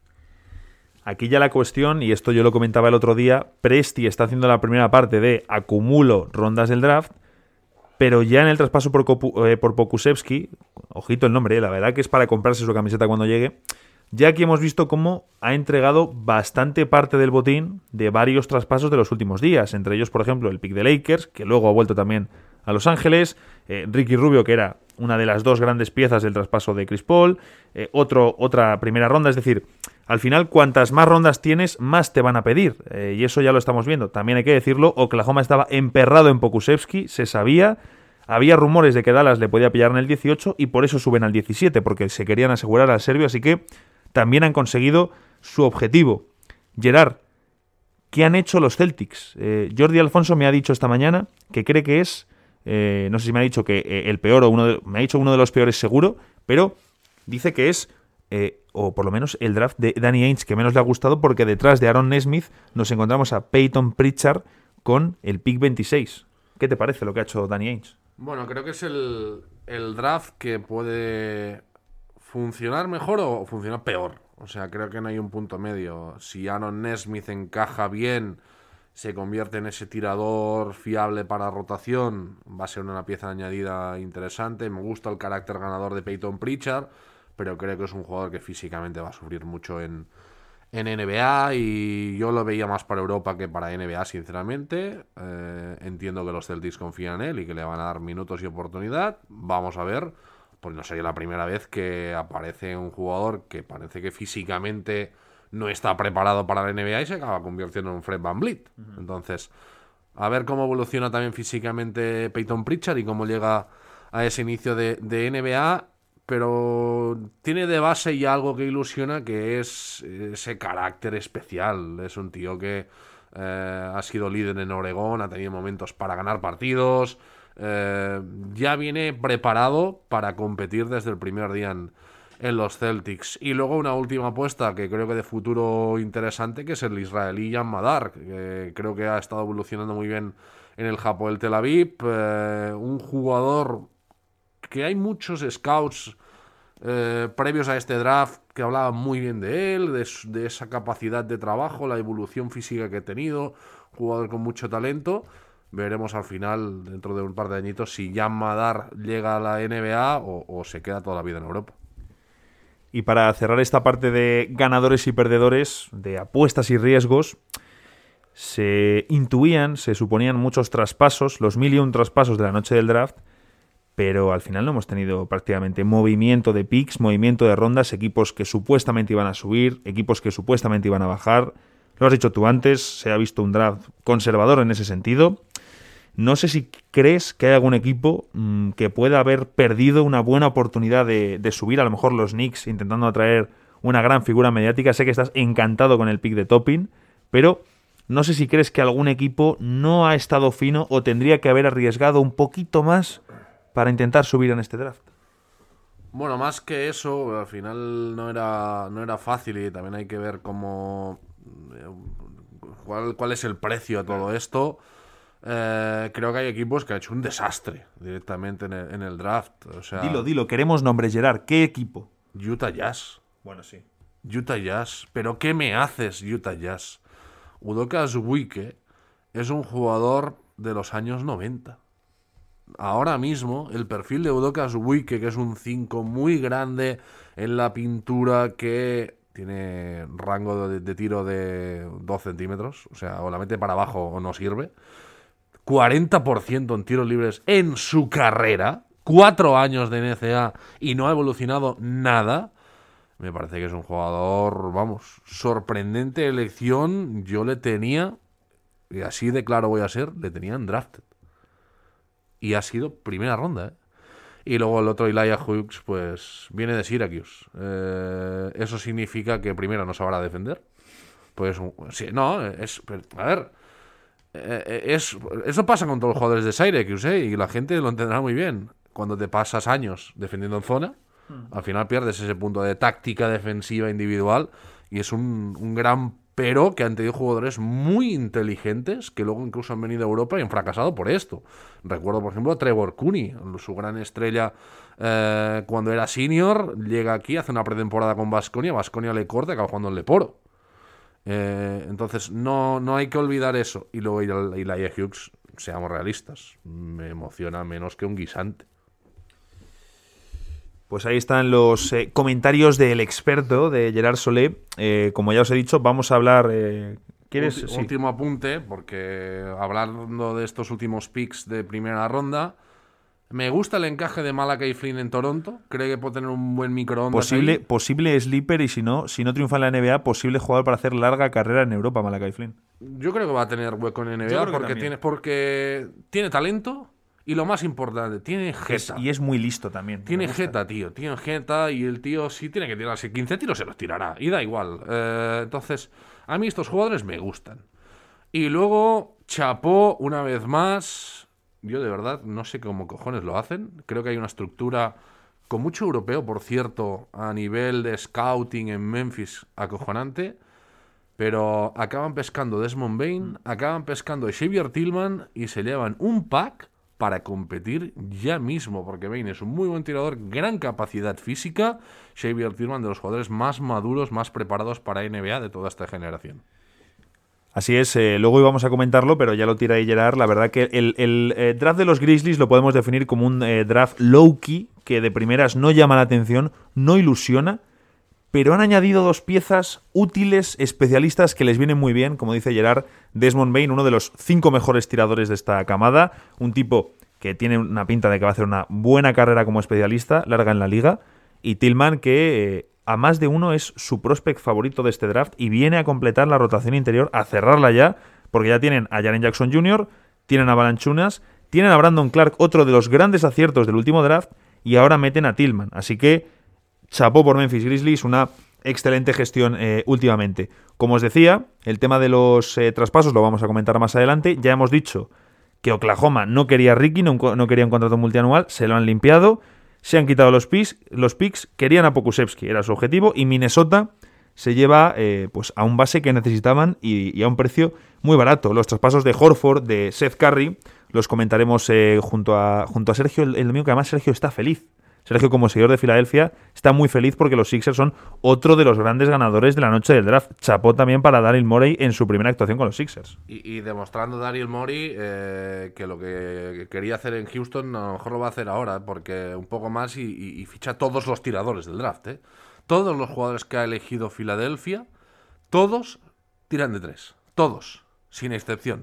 Aquí ya la cuestión, y esto yo lo comentaba el otro día, Presti está haciendo la primera parte de acumulo rondas del draft, pero ya en el traspaso por, Kopu- eh, por Pokusevski, ojito el nombre, eh, la verdad que es para comprarse su camiseta cuando llegue, ya aquí hemos visto cómo ha entregado bastante parte del botín de varios traspasos de los últimos días, entre ellos, por ejemplo, el pick de Lakers, que luego ha vuelto también a Los Ángeles, eh, Ricky Rubio, que era una de las dos grandes piezas del traspaso de Chris Paul, eh, otro, otra primera ronda, es decir, al final cuantas más rondas tienes, más te van a pedir, eh, y eso ya lo estamos viendo. También hay que decirlo, Oklahoma estaba emperrado en Pokusevski, se sabía, había rumores de que Dallas le podía pillar en el dieciocho y por eso suben al diecisiete, porque se querían asegurar al serbio, así que también han conseguido su objetivo. Gerard, ¿qué han hecho los Celtics? Eh, Jordi Alfonso me ha dicho esta mañana que cree que es, eh, no sé si me ha dicho que eh, el peor o uno de, me ha dicho uno de los peores seguro, pero dice que es, eh, o por lo menos el draft de Danny Ainge que menos le ha gustado, porque detrás de Aaron Nesmith nos encontramos a Peyton Pritchard con el pick veintiséis. ¿Qué te parece lo que ha hecho Danny Ainge? Bueno, creo que es el, el draft que puede funcionar mejor o funcionar peor. O sea, creo que no hay un punto medio. Si Aaron Nesmith encaja bien, se convierte en ese tirador fiable para rotación, va a ser una pieza añadida interesante. Me gusta el carácter ganador de Peyton Pritchard, pero creo que es un jugador que físicamente va a sufrir mucho en, en N B A y yo lo veía más para Europa que para N B A, sinceramente. Eh, entiendo que los Celtics confían en él y que le van a dar minutos y oportunidad. Vamos a ver. Pues no sería la primera vez que aparece un jugador que parece que físicamente no está preparado para la N B A y se acaba convirtiendo en un Fred VanVleet. Uh-huh. Entonces, a ver cómo evoluciona también físicamente Peyton Pritchard y cómo llega a ese inicio de, de N B A, pero tiene de base ya algo que ilusiona, que es ese carácter especial. Es un tío que eh, ha sido líder en Oregón, ha tenido momentos para ganar partidos. Eh, ya viene preparado para competir desde el primer día en, en los Celtics. Y luego una última apuesta que creo que de futuro interesante, que es el israelí Jan Madar, que creo que ha estado evolucionando muy bien en el Hapoel Tel Aviv. Eh, un jugador que hay muchos scouts eh, previos a este draft que hablaban muy bien de él, de, de esa capacidad de trabajo, la evolución física que ha tenido, jugador con mucho talento. Veremos al final, dentro de un par de añitos, si Jan Madar llega a la N B A o, o se queda toda la vida en Europa. Y para cerrar esta parte de ganadores y perdedores, de apuestas y riesgos, se intuían, se suponían muchos traspasos, los mil y un traspasos de la noche del draft, pero al final no hemos tenido prácticamente movimiento de picks, movimiento de rondas, equipos que supuestamente iban a subir, equipos que supuestamente iban a bajar. Lo has dicho tú antes, se ha visto un draft conservador en ese sentido. No sé si crees que hay algún equipo mmm, que pueda haber perdido una buena oportunidad de, de subir, a lo mejor los Knicks intentando atraer una gran figura mediática. Sé que estás encantado con el pick de Toppin, pero no sé si crees que algún equipo no ha estado fino o tendría que haber arriesgado un poquito más para intentar subir en este draft. Bueno, más que eso, al final no era, no era fácil y también hay que ver cómo cuál, cuál es el precio a todo esto. Eh, creo que hay equipos que han hecho un desastre directamente en el, en el draft. O sea, dilo, dilo, queremos nombres, Gerard. ¿Qué equipo? Utah Jazz. Bueno, sí. Utah Jazz. ¿Pero qué me haces, Utah Jazz? Udoka Azubuike es un jugador de los años noventa. ahora mismo el perfil de Udoka Azubuike, que es un cinco muy grande en la pintura, que tiene rango de, de tiro de dos centímetros, o sea, o la mete para abajo o no sirve. cuarenta por ciento en tiros libres en su carrera, cuatro años de N C A y no ha evolucionado nada. Me parece que es un jugador, vamos, sorprendente elección. Yo le tenía, y así de claro voy a ser, le tenía en drafted. Y ha sido primera ronda, ¿eh? Y luego el otro, Elijah Hughes, pues viene de Syracuse. Eh, eso significa que primero no sabrá defender. Pues sí, no, es... A ver, eh, es, eso pasa con todos los jugadores de Syracuse, ¿eh? Y la gente lo entenderá muy bien. Cuando te pasas años defendiendo en zona, al final pierdes ese punto de táctica defensiva individual y es un, un gran pero que han tenido jugadores muy inteligentes que luego incluso han venido a Europa y han fracasado por esto. Recuerdo, por ejemplo, a Trevor Cooney, su gran estrella eh, cuando era senior, llega aquí, hace una pretemporada con Baskonia, Baskonia le corta y acaba jugando en Leporo. Eh, entonces no, no hay que olvidar eso. Y luego Elijah Hughes, seamos realistas, me emociona menos que un guisante. Pues ahí están los eh, comentarios del experto, de Gerard Solé. Eh, como ya os he dicho, vamos a hablar... Eh, ¿quieres? Ulti- Sí. Último apunte, porque hablando de estos últimos picks de primera ronda, me gusta el encaje de Malachi Flynn en Toronto. Creo que puede tener un buen microondas Posible, ahí. posible sleeper y si no, si no triunfa en la N B A, posible jugador para hacer larga carrera en Europa, Malachi Flynn. Yo creo que va a tener hueco en N B Yo A creo que porque también. tiene, porque tiene talento y lo más importante, tiene Es- jeta. y es muy listo también. Tiene me gusta. jeta, tío. Tiene jeta y el tío si tiene que tirarse quince tiros se los tirará. Y da igual. Eh, entonces, a mí estos jugadores me gustan. Y luego, chapó una vez más. Yo de verdad no sé cómo cojones lo hacen. Creo que hay una estructura con mucho europeo, por cierto, a nivel de scouting en Memphis acojonante. Pero acaban pescando Desmond Bain, acaban pescando a Xavier Tillman y se llevan un pack para competir ya mismo, porque Bain es un muy buen tirador, gran capacidad física. Xavier Tillman, de los jugadores más maduros, más preparados para N B A de toda esta generación. Así es, eh, luego íbamos a comentarlo, pero ya lo tira ahí Gerard. La verdad que el, el, eh, draft de los Grizzlies lo podemos definir como un eh, draft low-key, que de primeras no llama la atención, no ilusiona, pero han añadido dos piezas útiles, especialistas, que les vienen muy bien, como dice Gerard. Desmond Bain, uno de los cinco mejores tiradores de esta camada, un tipo que tiene una pinta de que va a hacer una buena carrera como especialista, larga en la liga, y Tillman, que eh, a más de uno es su prospect favorito de este draft y viene a completar la rotación interior, a cerrarla ya, porque ya tienen a Jaren Jackson junior, tienen a Valanciunas, tienen a Brandon Clark, otro de los grandes aciertos del último draft, y ahora meten a Tillman. Así que chapó por Memphis Grizzlies, una excelente gestión eh, últimamente. Como os decía, el tema de los eh, traspasos lo vamos a comentar más adelante. Ya hemos dicho que Oklahoma no quería a Ricky, no, no quería un contrato multianual, se lo han limpiado, se han quitado los picks, los picks querían a Pokusevski, era su objetivo, y Minnesota se lleva eh, pues a un base que necesitaban y, y a un precio muy barato. Los traspasos de Horford, de Seth Curry, los comentaremos eh, junto, a, junto a Sergio el, el domingo, que además Sergio está feliz. Sergio, como seguidor de Filadelfia, está muy feliz porque los Sixers son otro de los grandes ganadores de la noche del draft. Chapó también para Daryl Morey en su primera actuación con los Sixers. Y, y demostrando Daryl Morey eh, que lo que quería hacer en Houston a lo mejor lo va a hacer ahora, porque un poco más y, y, y ficha todos los tiradores del draft. ¿eh? Todos los jugadores que ha elegido Filadelfia, todos tiran de tres. Todos, sin excepción.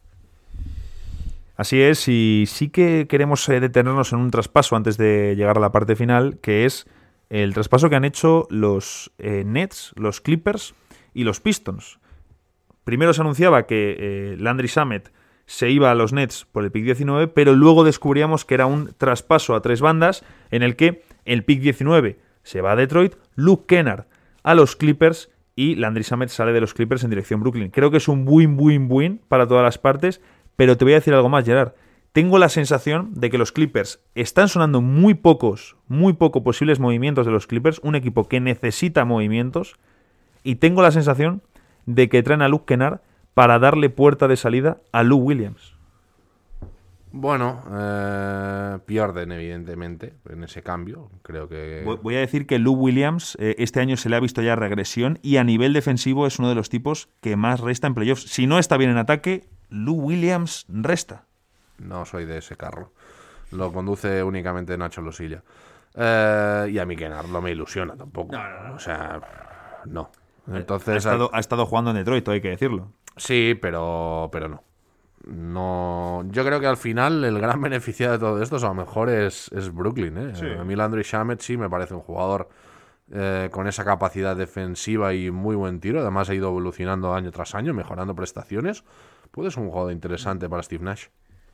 Así es, y sí que queremos eh, detenernos en un traspaso antes de llegar a la parte final, que es el traspaso que han hecho los eh, Nets, los Clippers y los Pistons. Primero se anunciaba que eh, Landry Shamet se iba a los Nets por el pick diecinueve, pero luego descubríamos que era un traspaso a tres bandas en el que el pick diecinueve se va a Detroit, Luke Kennard a los Clippers y Landry Shamet sale de los Clippers en dirección Brooklyn. Creo que es un win-win-win para todas las partes. Pero te voy a decir algo más, Gerard. Tengo la sensación de que los Clippers están sonando muy pocos, muy poco posibles movimientos de los Clippers, un equipo que necesita movimientos, y tengo la sensación de que traen a Luke Kennard para darle puerta de salida a Lou Williams. Bueno, eh, pierden evidentemente en ese cambio. Creo que Voy a decir que Lou Williams eh, este año se le ha visto ya regresión y a nivel defensivo es uno de los tipos que más resta en playoffs. Si no está bien en ataque, Lou Williams resta. no soy de ese carro. lo conduce únicamente Nacho Losilla. Eh, y a mí Kennard no me ilusiona tampoco. No, no, no. O sea, no. Entonces, ha, estado, ha estado jugando en Detroit, hay que decirlo. Sí, pero, pero no. No, yo creo que al final el gran beneficiado de todo esto a lo mejor es, es Brooklyn. ¿eh? Sí. A mí Landry Shamet sí me parece un jugador eh, con esa capacidad defensiva y muy buen tiro. Además ha ido evolucionando año tras año, mejorando prestaciones. Puede ser un jugador interesante para Steve Nash.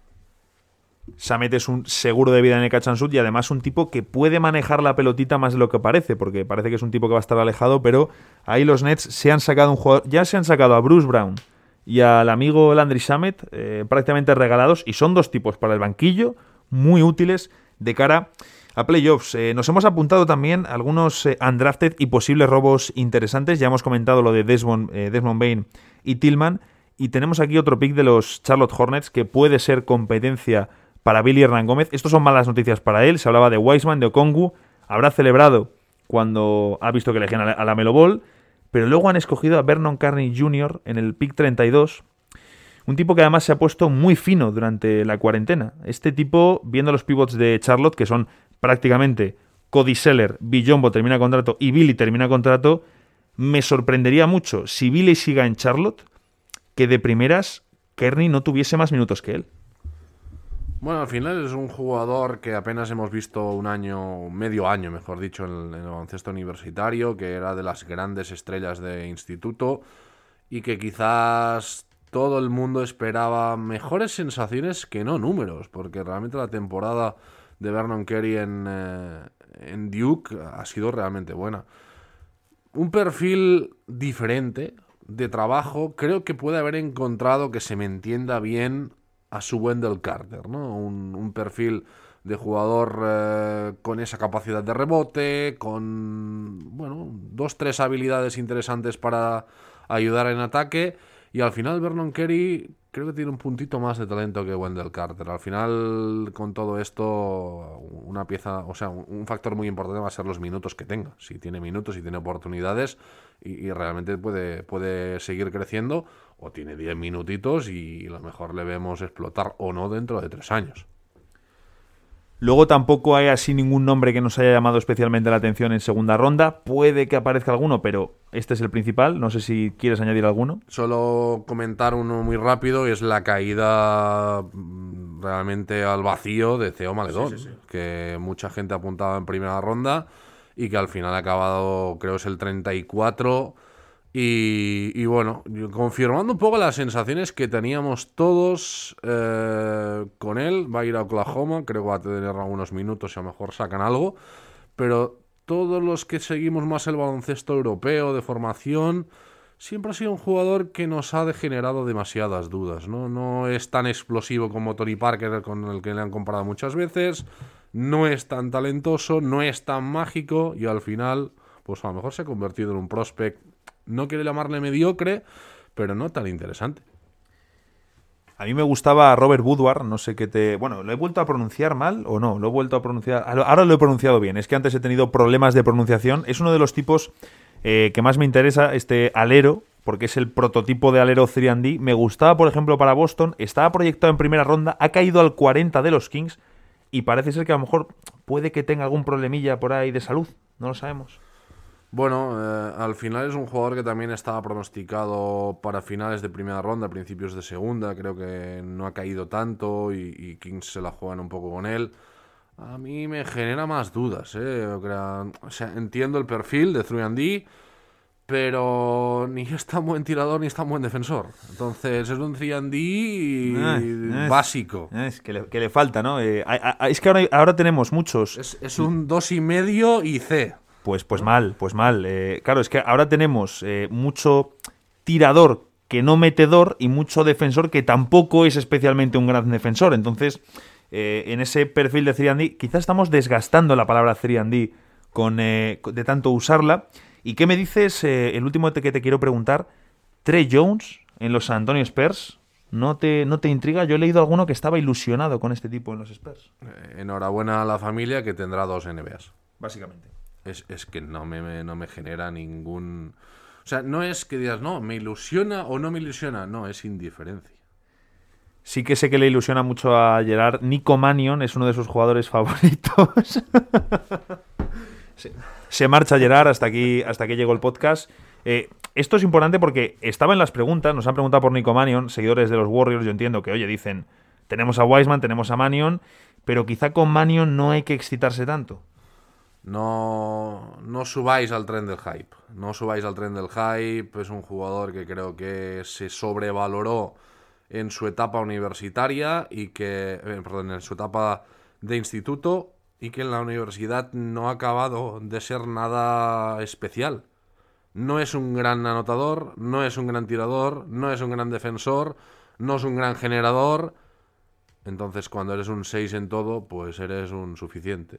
Shamet es un seguro de vida en el catch and shoot y además un tipo que puede manejar la pelotita más de lo que parece, porque parece que es un tipo que va a estar alejado, pero ahí los Nets se han sacado un jugador, ya se han sacado a Bruce Brown y al amigo Landry Shamet eh, prácticamente regalados, y son dos tipos para el banquillo muy útiles de cara a playoffs. Eh, nos hemos apuntado también algunos eh, undrafted y posibles robos interesantes. Ya hemos comentado lo de Desmond, eh, Desmond Bane y Tillman, y tenemos aquí otro pick de los Charlotte Hornets que puede ser competencia para Billy Hernán Gómez. Estos son malas noticias para él. Se hablaba de Wiseman, de Okongwu. Habrá celebrado cuando ha visto que elegían a la, a la Melo Ball, pero luego han escogido a Vernon Carney junior en el pick treinta y dos. Un tipo que además se ha puesto muy fino durante la cuarentena. Este tipo, viendo los pivots de Charlotte, que son prácticamente Cody Zeller, Biyombo termina contrato y Billy termina contrato, me sorprendería mucho si Billy siga en Charlotte que de primeras Kearney no tuviese más minutos que él. Bueno, al final es un jugador que apenas hemos visto un año, medio año, mejor dicho, en, en el baloncesto universitario, que era de las grandes estrellas de instituto y que quizás todo el mundo esperaba mejores sensaciones que no números, porque realmente la temporada de Vernon Carey en, eh, en Duke ha sido realmente buena. Un perfil diferente de trabajo, creo que puede haber encontrado, que se me entienda bien, a su Wendell Carter, ¿no? Un, un perfil de jugador eh, con esa capacidad de rebote, con, bueno, dos, tres habilidades interesantes para ayudar en ataque, y al final Vernon Carey creo que tiene un puntito más de talento que Wendell Carter. Al final, con todo esto, una pieza, o sea, un factor muy importante va a ser los minutos que tenga. Si tiene minutos, si tiene oportunidades, y, y realmente puede, puede seguir creciendo, o tiene diez minutitos y a lo mejor le vemos explotar o no dentro de tres años. Luego tampoco hay así ningún nombre que nos haya llamado especialmente la atención en segunda ronda. Puede que aparezca alguno, pero este es el principal. No sé si quieres añadir alguno. Solo comentar uno muy rápido, y es la caída realmente al vacío de Theo Maledón, sí, sí, sí. que mucha gente apuntaba en primera ronda y que al final ha acabado, creo es el treinta y cuatro. Y, y bueno, confirmando un poco las sensaciones que teníamos todos eh, con él. Va a ir a Oklahoma, creo que va a tener algunos minutos y a lo mejor sacan algo, pero todos los que seguimos más el baloncesto europeo de formación, siempre ha sido un jugador que nos ha generado demasiadas dudas, ¿no? No es tan explosivo como Tony Parker, con el que le han comparado muchas veces, no es tan talentoso, no es tan mágico, y al final, pues a lo mejor se ha convertido en un prospect. No quiero llamarle mediocre, pero no tan interesante. A mí me gustaba Robert Woodward, no sé qué te... Bueno, ¿lo he vuelto a pronunciar mal o no? Lo he vuelto a pronunciar... Ahora lo he pronunciado bien, es que antes he tenido problemas de pronunciación. Es uno de los tipos eh, que más me interesa, este alero, porque es el prototipo de alero tres and D. Me gustaba, por ejemplo, para Boston, estaba proyectado en primera ronda, ha caído al cuarenta de los Kings y parece ser que a lo mejor puede que tenga algún problemilla por ahí de salud, no lo sabemos. Bueno, eh, al final es un jugador que también estaba pronosticado para finales de primera ronda, principios de segunda. Creo que no ha caído tanto y, y Kings se la juegan un poco con él. A mí me genera más dudas, ¿eh? O sea, entiendo el perfil de tres and D, pero ni es tan buen tirador ni es tan buen defensor. Entonces es un tres and D ah, básico. Es, es que, le, que le falta, ¿no? Eh, a, a, es que ahora, ahora tenemos muchos. Es, es un dos y medio y C. Pues, pues mal, pues mal. Eh, claro, es que ahora tenemos eh, mucho tirador que no metedor y mucho defensor que tampoco es especialmente un gran defensor. Entonces, eh, en ese perfil de tres and D, quizás estamos desgastando la palabra tres and D con, eh, de tanto usarla. ¿Y qué me dices, eh, el último que te quiero preguntar, Trey Jones en los San Antonio Spurs? ¿No te, ¿No te intriga? Yo he leído alguno que estaba ilusionado con este tipo en los Spurs. Eh, enhorabuena a la familia, que tendrá dos N B As. Básicamente. Es, es que no me, no me genera ningún... O sea, no es que digas, no, me ilusiona o no me ilusiona. No, es indiferencia. Sí que sé que le ilusiona mucho a Gerard. Nico Mannion es uno de sus jugadores favoritos. se, se marcha Gerard, hasta aquí, hasta aquí llegó el podcast. Eh, esto es importante porque estaba en las preguntas, nos han preguntado por Nico Mannion, seguidores de los Warriors, yo entiendo que, oye, dicen, tenemos a Wiseman, tenemos a Mannion, pero quizá con Mannion no hay que excitarse tanto. No, no subáis al tren del hype. No subáis al tren del hype. Es un jugador que creo que se sobrevaloró en su etapa universitaria y que, eh, perdón, en su etapa de instituto, y que en la universidad no ha acabado de ser nada especial. No es un gran anotador, no es un gran tirador, no es un gran defensor, no es un gran generador. Entonces, cuando eres un seis en todo, pues eres un suficiente.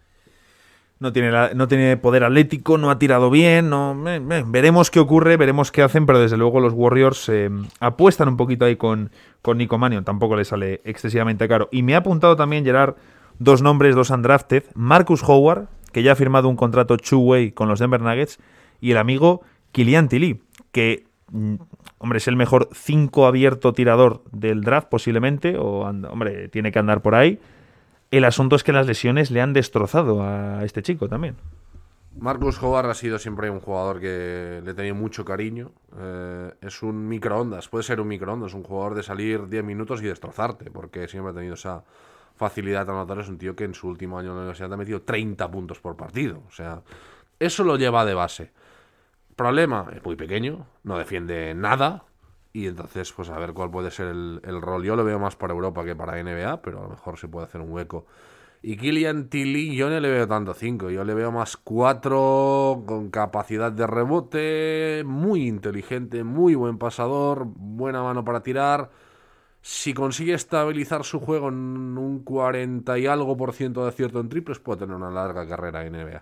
No tiene, la, no tiene poder atlético, no ha tirado bien. No, eh, eh, veremos qué ocurre, veremos qué hacen, pero desde luego los Warriors eh, apuestan un poquito ahí con, con Nico Mannion. Tampoco le sale excesivamente caro. Y me ha apuntado también, Gerard, dos nombres, dos undrafted. Marcus Howard, que ya ha firmado un contrato two-way con los Denver Nuggets, y el amigo Killian Tilly, que, mm, hombre, es el mejor cinco abierto tirador del draft posiblemente, o, hombre, tiene que andar por ahí. El asunto es que las lesiones le han destrozado a este chico también. Marcus Howard ha sido siempre un jugador que le he tenido mucho cariño. Eh, es un microondas, puede ser un microondas, un jugador de salir diez minutos y destrozarte, porque siempre ha tenido esa facilidad a anotar. Es un tío que en su último año en la universidad ha metido treinta puntos por partido. O sea, eso lo lleva de base. Problema, es muy pequeño, no defiende nada. Y entonces, pues a ver cuál puede ser el, el rol. Yo lo veo más para Europa que para N B A, pero a lo mejor se puede hacer un hueco. Y Killian Tilly, yo no le veo tanto cinco, yo le veo más cuatro, con capacidad de rebote, muy inteligente, muy buen pasador, buena mano para tirar. Si consigue estabilizar su juego en un cuarenta y algo por ciento de acierto en triples, puede tener una larga carrera en N B A.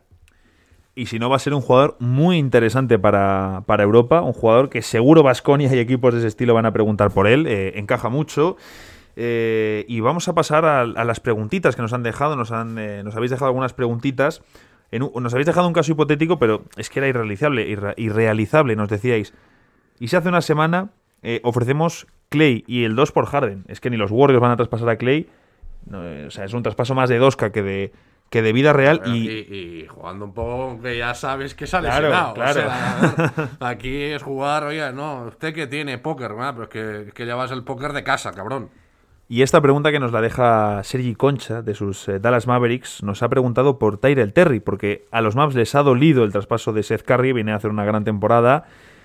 Y si no, va a ser un jugador muy interesante para, para Europa, un jugador que seguro Baskonia y equipos de ese estilo van a preguntar por él, eh, encaja mucho. Eh, y vamos a pasar a, a las preguntitas que nos han dejado, nos, han, eh, nos habéis dejado algunas preguntitas, en un, nos habéis dejado un caso hipotético, pero es que era irrealizable, irre, irrealizable, nos decíais. Y si hace una semana eh, ofrecemos Clay y el dos por Harden, es que ni los Warriors van a traspasar a Clay, no, eh, o sea, es un traspaso más de dos K que de... que de vida real bueno, y... y... y jugando un poco que ya sabes que sale claro, lesionado. claro. O sea, aquí es jugar, oye, no, usted que tiene póker, ¿verdad? Pero es que, es que llevas el póker de casa, cabrón. Y esta pregunta que nos la deja Sergi Concha, de sus eh, Dallas Mavericks, nos ha preguntado por Tyrell Terry, porque a los Mavs les ha dolido el traspaso de Seth Curry, viene a hacer una gran temporada.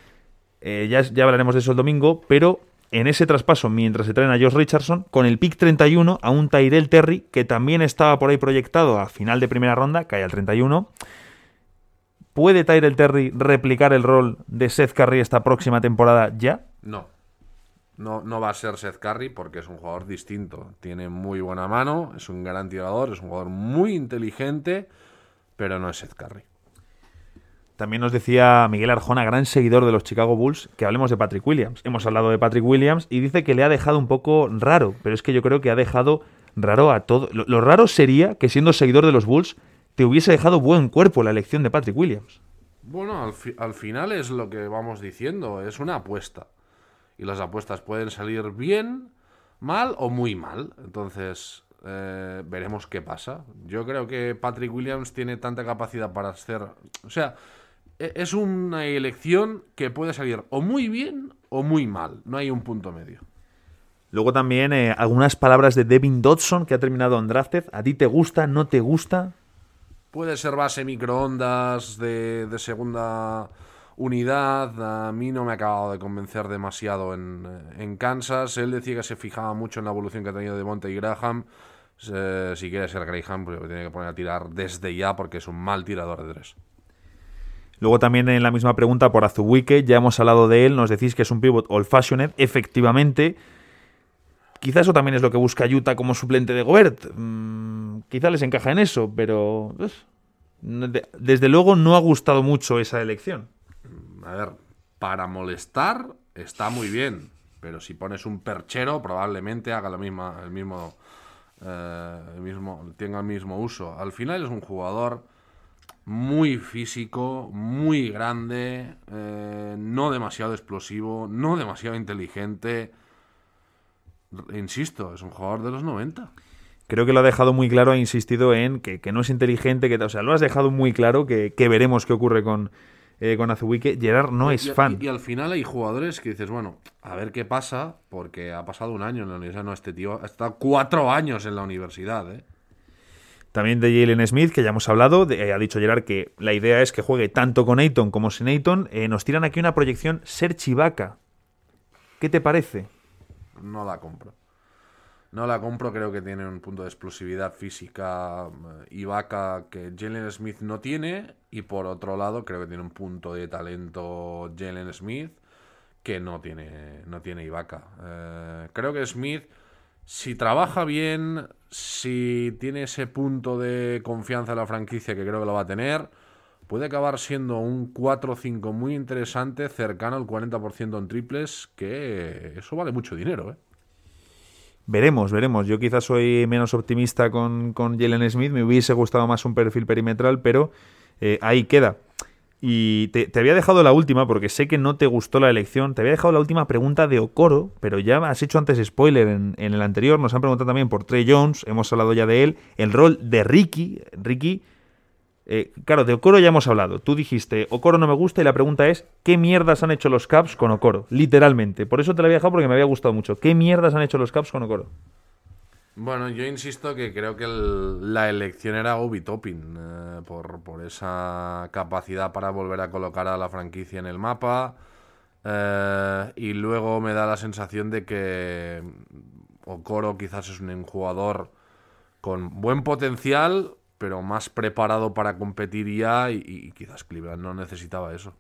Eh, ya, ya hablaremos de eso el domingo, pero... en ese traspaso, mientras se traen a Josh Richardson, con el pick treinta y uno a un Tyrell Terry, que también estaba por ahí proyectado a final de primera ronda, cae al treinta y uno. ¿Puede Tyrell Terry replicar el rol de Seth Curry esta próxima temporada ya? No. No, no va a ser Seth Curry porque es un jugador distinto. Tiene muy buena mano, es un gran tirador, es un jugador muy inteligente, pero no es Seth Curry. También nos decía Miguel Arjona, gran seguidor de los Chicago Bulls, que hablemos de Patrick Williams. Hemos hablado de Patrick Williams y dice que le ha dejado un poco raro, pero es que yo creo que ha dejado raro a todo. Lo, lo raro sería que siendo seguidor de los Bulls te hubiese dejado buen cuerpo la elección de Patrick Williams. Bueno, al, fi- al final es lo que vamos diciendo, es una apuesta. Y las apuestas pueden salir bien, mal o muy mal. Entonces, eh, veremos qué pasa. Yo creo que Patrick Williams tiene tanta capacidad para hacer... O sea... es una elección que puede salir o muy bien o muy mal. No hay un punto medio. Luego también eh, algunas palabras de Devin Dodson, que ha terminado undrafted. ¿A ti te gusta? ¿No te gusta? Puede ser base microondas de, de segunda unidad. A mí no me ha acabado de convencer demasiado en, en Kansas. Él decía que se fijaba mucho en la evolución que ha tenido Devontae Graham. Eh, si quiere ser Graham, pues tiene que poner a tirar desde ya porque es un mal tirador de tres. Luego también en la misma pregunta por Azubuike, ya hemos hablado de él, nos decís que es un pivot old-fashioned, efectivamente. Quizás eso también es lo que busca Utah como suplente de Gobert. Mm, quizá les encaja en eso, pero pues, desde luego no ha gustado mucho esa elección. A ver, para molestar está muy bien, pero si pones un perchero probablemente haga lo mismo, el mismo, eh, el mismo, tenga el mismo uso. Al final es un jugador muy físico, muy grande, eh, no demasiado explosivo, no demasiado inteligente. Insisto, es un jugador de los noventa. Creo que lo ha dejado muy claro, ha insistido en que, que no es inteligente, que, o sea, lo has dejado muy claro, que, que veremos qué ocurre con, eh, con Azubuike. Gerard no Y, es y- fan. y al final hay jugadores que dices, bueno, a ver qué pasa, porque ha pasado un año en la universidad. No, este tío ha estado cuatro años en la universidad, ¿eh? También de Jalen Smith, que ya hemos hablado, de- eh, ha dicho Gerard que la idea es que juegue tanto con Ayton como sin Ayton. Eh, nos tiran aquí una proyección Serge Ibaka. ¿Qué te parece? No la compro. No la compro, creo que tiene un punto de explosividad física eh, Ibaka que Jalen Smith no tiene. Y por otro lado, creo que tiene un punto de talento Jalen Smith que no tiene, no tiene Ibaka. Eh, creo que Smith, si trabaja bien, si tiene ese punto de confianza en la franquicia, que creo que lo va a tener, puede acabar siendo un cuatro cinco muy interesante, cercano al cuarenta por ciento en triples, que eso vale mucho dinero, ¿eh? Veremos, veremos. Yo quizás soy menos optimista con, con Jalen Smith. Me hubiese gustado más un perfil perimetral, pero eh, ahí queda. Y te, te había dejado la última, porque sé que no te gustó la elección. Te había dejado la última pregunta de Okoro, pero ya has hecho antes spoiler en, en el anterior. Nos han preguntado también por Trey Jones, hemos hablado ya de él. El rol de Ricky. Ricky, eh, claro, de Okoro ya hemos hablado. Tú dijiste, Okoro no me gusta, y la pregunta es, ¿qué mierdas han hecho los Caps con Okoro? Literalmente. Por eso te la había dejado, porque me había gustado mucho. ¿Qué mierdas han hecho los Caps con Okoro? Bueno, yo insisto que creo que el- la elección era Obi Toppin, eh, por, por esa capacidad para volver a colocar a la franquicia en el mapa. Eh, y luego me da la sensación de que Okoro quizás es un jugador con buen potencial, pero más preparado para competir ya, y, y quizás Cleveland no necesitaba eso.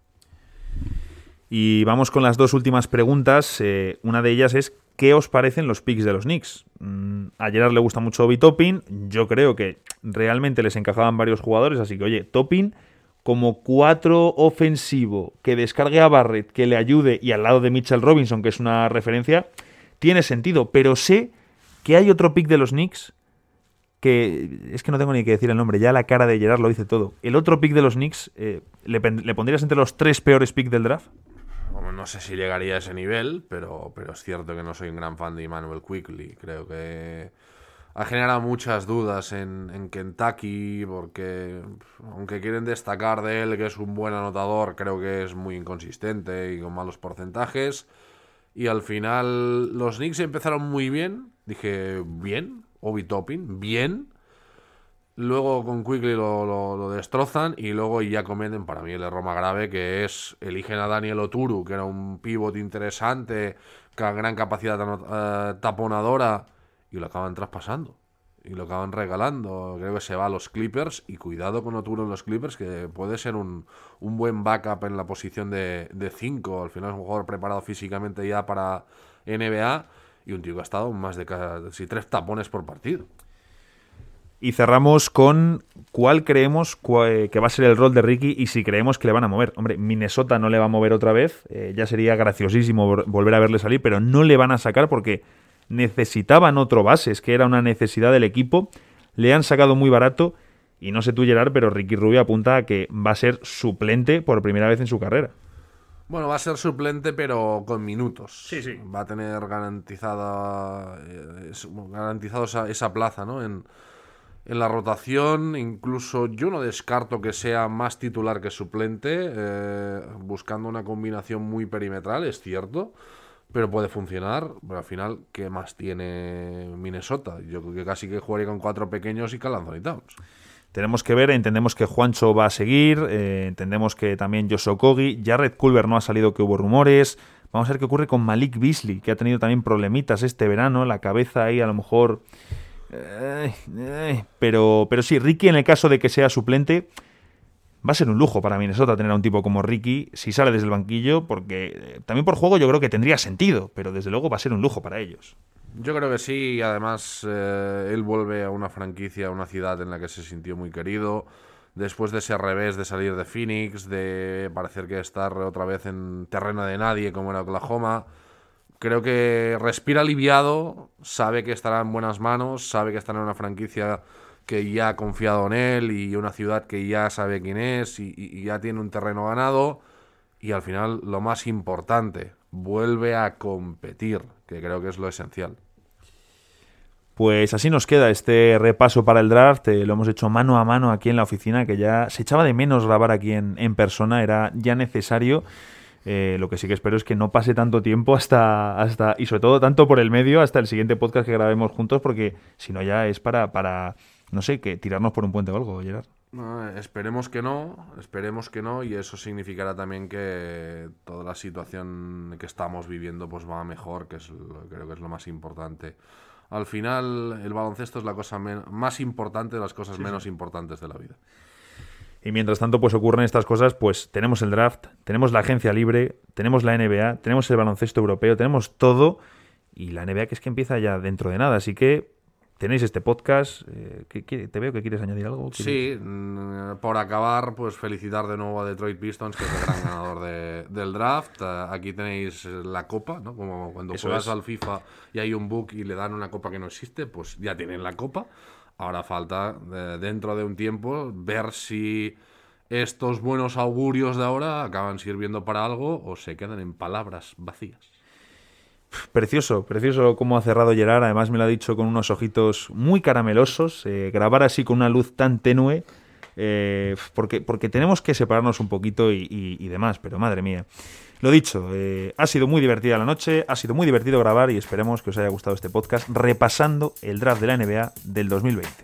Y vamos con las dos últimas preguntas. Eh, una de ellas es, ¿qué os parecen los picks de los Knicks? Mm, a Gerard le gusta mucho Obi Toppin. Yo creo que realmente les encajaban varios jugadores, así que, oye, Toppin como cuatro ofensivo que descargue a Barrett, que le ayude, y al lado de Mitchell Robinson, que es una referencia, tiene sentido. Pero sé que hay otro pick de los Knicks que es que no tengo ni que decir el nombre, ya la cara de Gerard lo dice todo. El otro pick de los Knicks, eh, ¿le, ¿le pondrías entre los tres peores picks del draft? Bueno, no sé si llegaría a ese nivel, pero, pero es cierto que no soy un gran fan de Emmanuel Quickley. Creo que ha generado muchas dudas en, en Kentucky, porque aunque quieren destacar de él que es un buen anotador, creo que es muy inconsistente y con malos porcentajes. Y al final los Knicks empezaron muy bien. Dije, bien, Obi Toppin, bien. Luego con Quickly lo, lo, lo destrozan, y luego ya cometen para mí el error más grave, que es eligen a Daniel Oturu, que era un pívot interesante, con gran capacidad uh, taponadora, y lo acaban traspasando. Y lo acaban regalando. Creo que se va a los Clippers, y cuidado con Oturu en los Clippers, que puede ser un, un buen backup en la posición de cinco. Al final es un jugador preparado físicamente ya para N B A, y un tío que ha estado más de casi tres tapones por partido. Y cerramos con cuál creemos cuál, que va a ser el rol de Ricky, y si creemos que le van a mover. Hombre, Minnesota no le va a mover otra vez. Eh, ya sería graciosísimo volver a verle salir, pero no le van a sacar porque necesitaban otro base. Es que era una necesidad del equipo. Le han sacado muy barato. Y no sé tú, Gerard, pero Ricky Rubio apunta a que va a ser suplente por primera vez en su carrera. Bueno, va a ser suplente, pero con minutos. Sí, sí. Va a tener garantizada eh, garantizado esa, esa plaza, ¿no? En, en la rotación. Incluso yo no descarto que sea más titular que suplente, eh, buscando una combinación muy perimetral, es cierto, pero puede funcionar. Pero al final, ¿qué más tiene Minnesota? Yo creo que casi que jugaría con cuatro pequeños y Karl Anthony Towns. Tenemos que ver, entendemos que Juancho va a seguir, eh, entendemos que también Josh Okogie, Jarrett Culver no ha salido, que hubo rumores. Vamos a ver qué ocurre con Malik Beasley, que ha tenido también problemitas este verano, la cabeza ahí a lo mejor... Eh, eh, pero, pero sí, Ricky, en el caso de que sea suplente, va a ser un lujo para Minnesota tener a un tipo como Ricky si sale desde el banquillo, porque eh, también por juego yo creo que tendría sentido, pero desde luego va a ser un lujo para ellos. Yo creo que sí, y además eh, él vuelve a una franquicia, a una ciudad en la que se sintió muy querido, después de ese revés de salir de Phoenix, de parecer que estar otra vez en terreno de nadie como era Oklahoma. Creo que respira aliviado, sabe que estará en buenas manos, sabe que estará en una franquicia que ya ha confiado en él, y una ciudad que ya sabe quién es, y, y ya tiene un terreno ganado. Y al final, lo más importante, vuelve a competir, que creo que es lo esencial. Pues así nos queda este repaso para el draft. Eh, lo hemos hecho mano a mano aquí en la oficina, que ya se echaba de menos grabar aquí en, en persona, era ya necesario. Eh, lo que sí que espero es que no pase tanto tiempo hasta, hasta, y sobre todo tanto por el medio, hasta el siguiente podcast que grabemos juntos, porque si no ya es para, para no sé, que tirarnos por un puente o algo, Gerard. No, esperemos que no, esperemos que no, y eso significará también que toda la situación que estamos viviendo pues va mejor, que es lo, creo que es lo más importante. Al final, el baloncesto es la cosa men- más importante de las cosas sí, menos sí. importantes de la vida. Y mientras tanto, pues ocurren estas cosas, pues tenemos el draft, tenemos la agencia libre, tenemos la N B A, tenemos el baloncesto europeo, tenemos todo, y la N B A que es que empieza ya dentro de nada, así que tenéis este podcast. Eh, ¿qué, qué, te veo que quieres añadir algo. ¿Quieres? Sí, por acabar, pues felicitar de nuevo a Detroit Pistons, que es el gran ganador de, del draft. Aquí tenéis la copa, ¿no? Como cuando Eso juegas es. al FIFA y hay un bug y le dan una copa que no existe, pues ya tienen la copa. Ahora falta, eh, dentro de un tiempo, ver si estos buenos augurios de ahora acaban sirviendo para algo o se quedan en palabras vacías. Precioso, precioso cómo ha cerrado Gerard. Además me lo ha dicho con unos ojitos muy caramelosos. Eh, grabar así con una luz tan tenue, eh, porque, porque tenemos que separarnos un poquito y, y, y demás, pero madre mía. Lo dicho, eh, ha sido muy divertida la noche, ha sido muy divertido grabar y esperemos que os haya gustado este podcast repasando el draft de la N B A del dos mil veinte.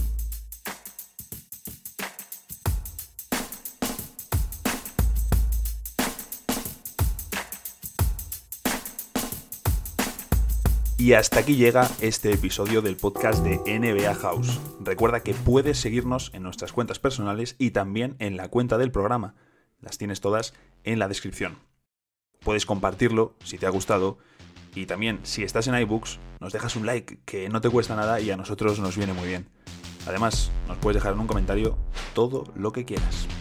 Y hasta aquí llega este episodio del podcast de N B A House. Recuerda que puedes seguirnos en nuestras cuentas personales y también en la cuenta del programa. Las tienes todas en la descripción. Puedes compartirlo si te ha gustado y también si estás en iBooks nos dejas un like que no te cuesta nada y a nosotros nos viene muy bien. Además, nos puedes dejar en un comentario todo lo que quieras.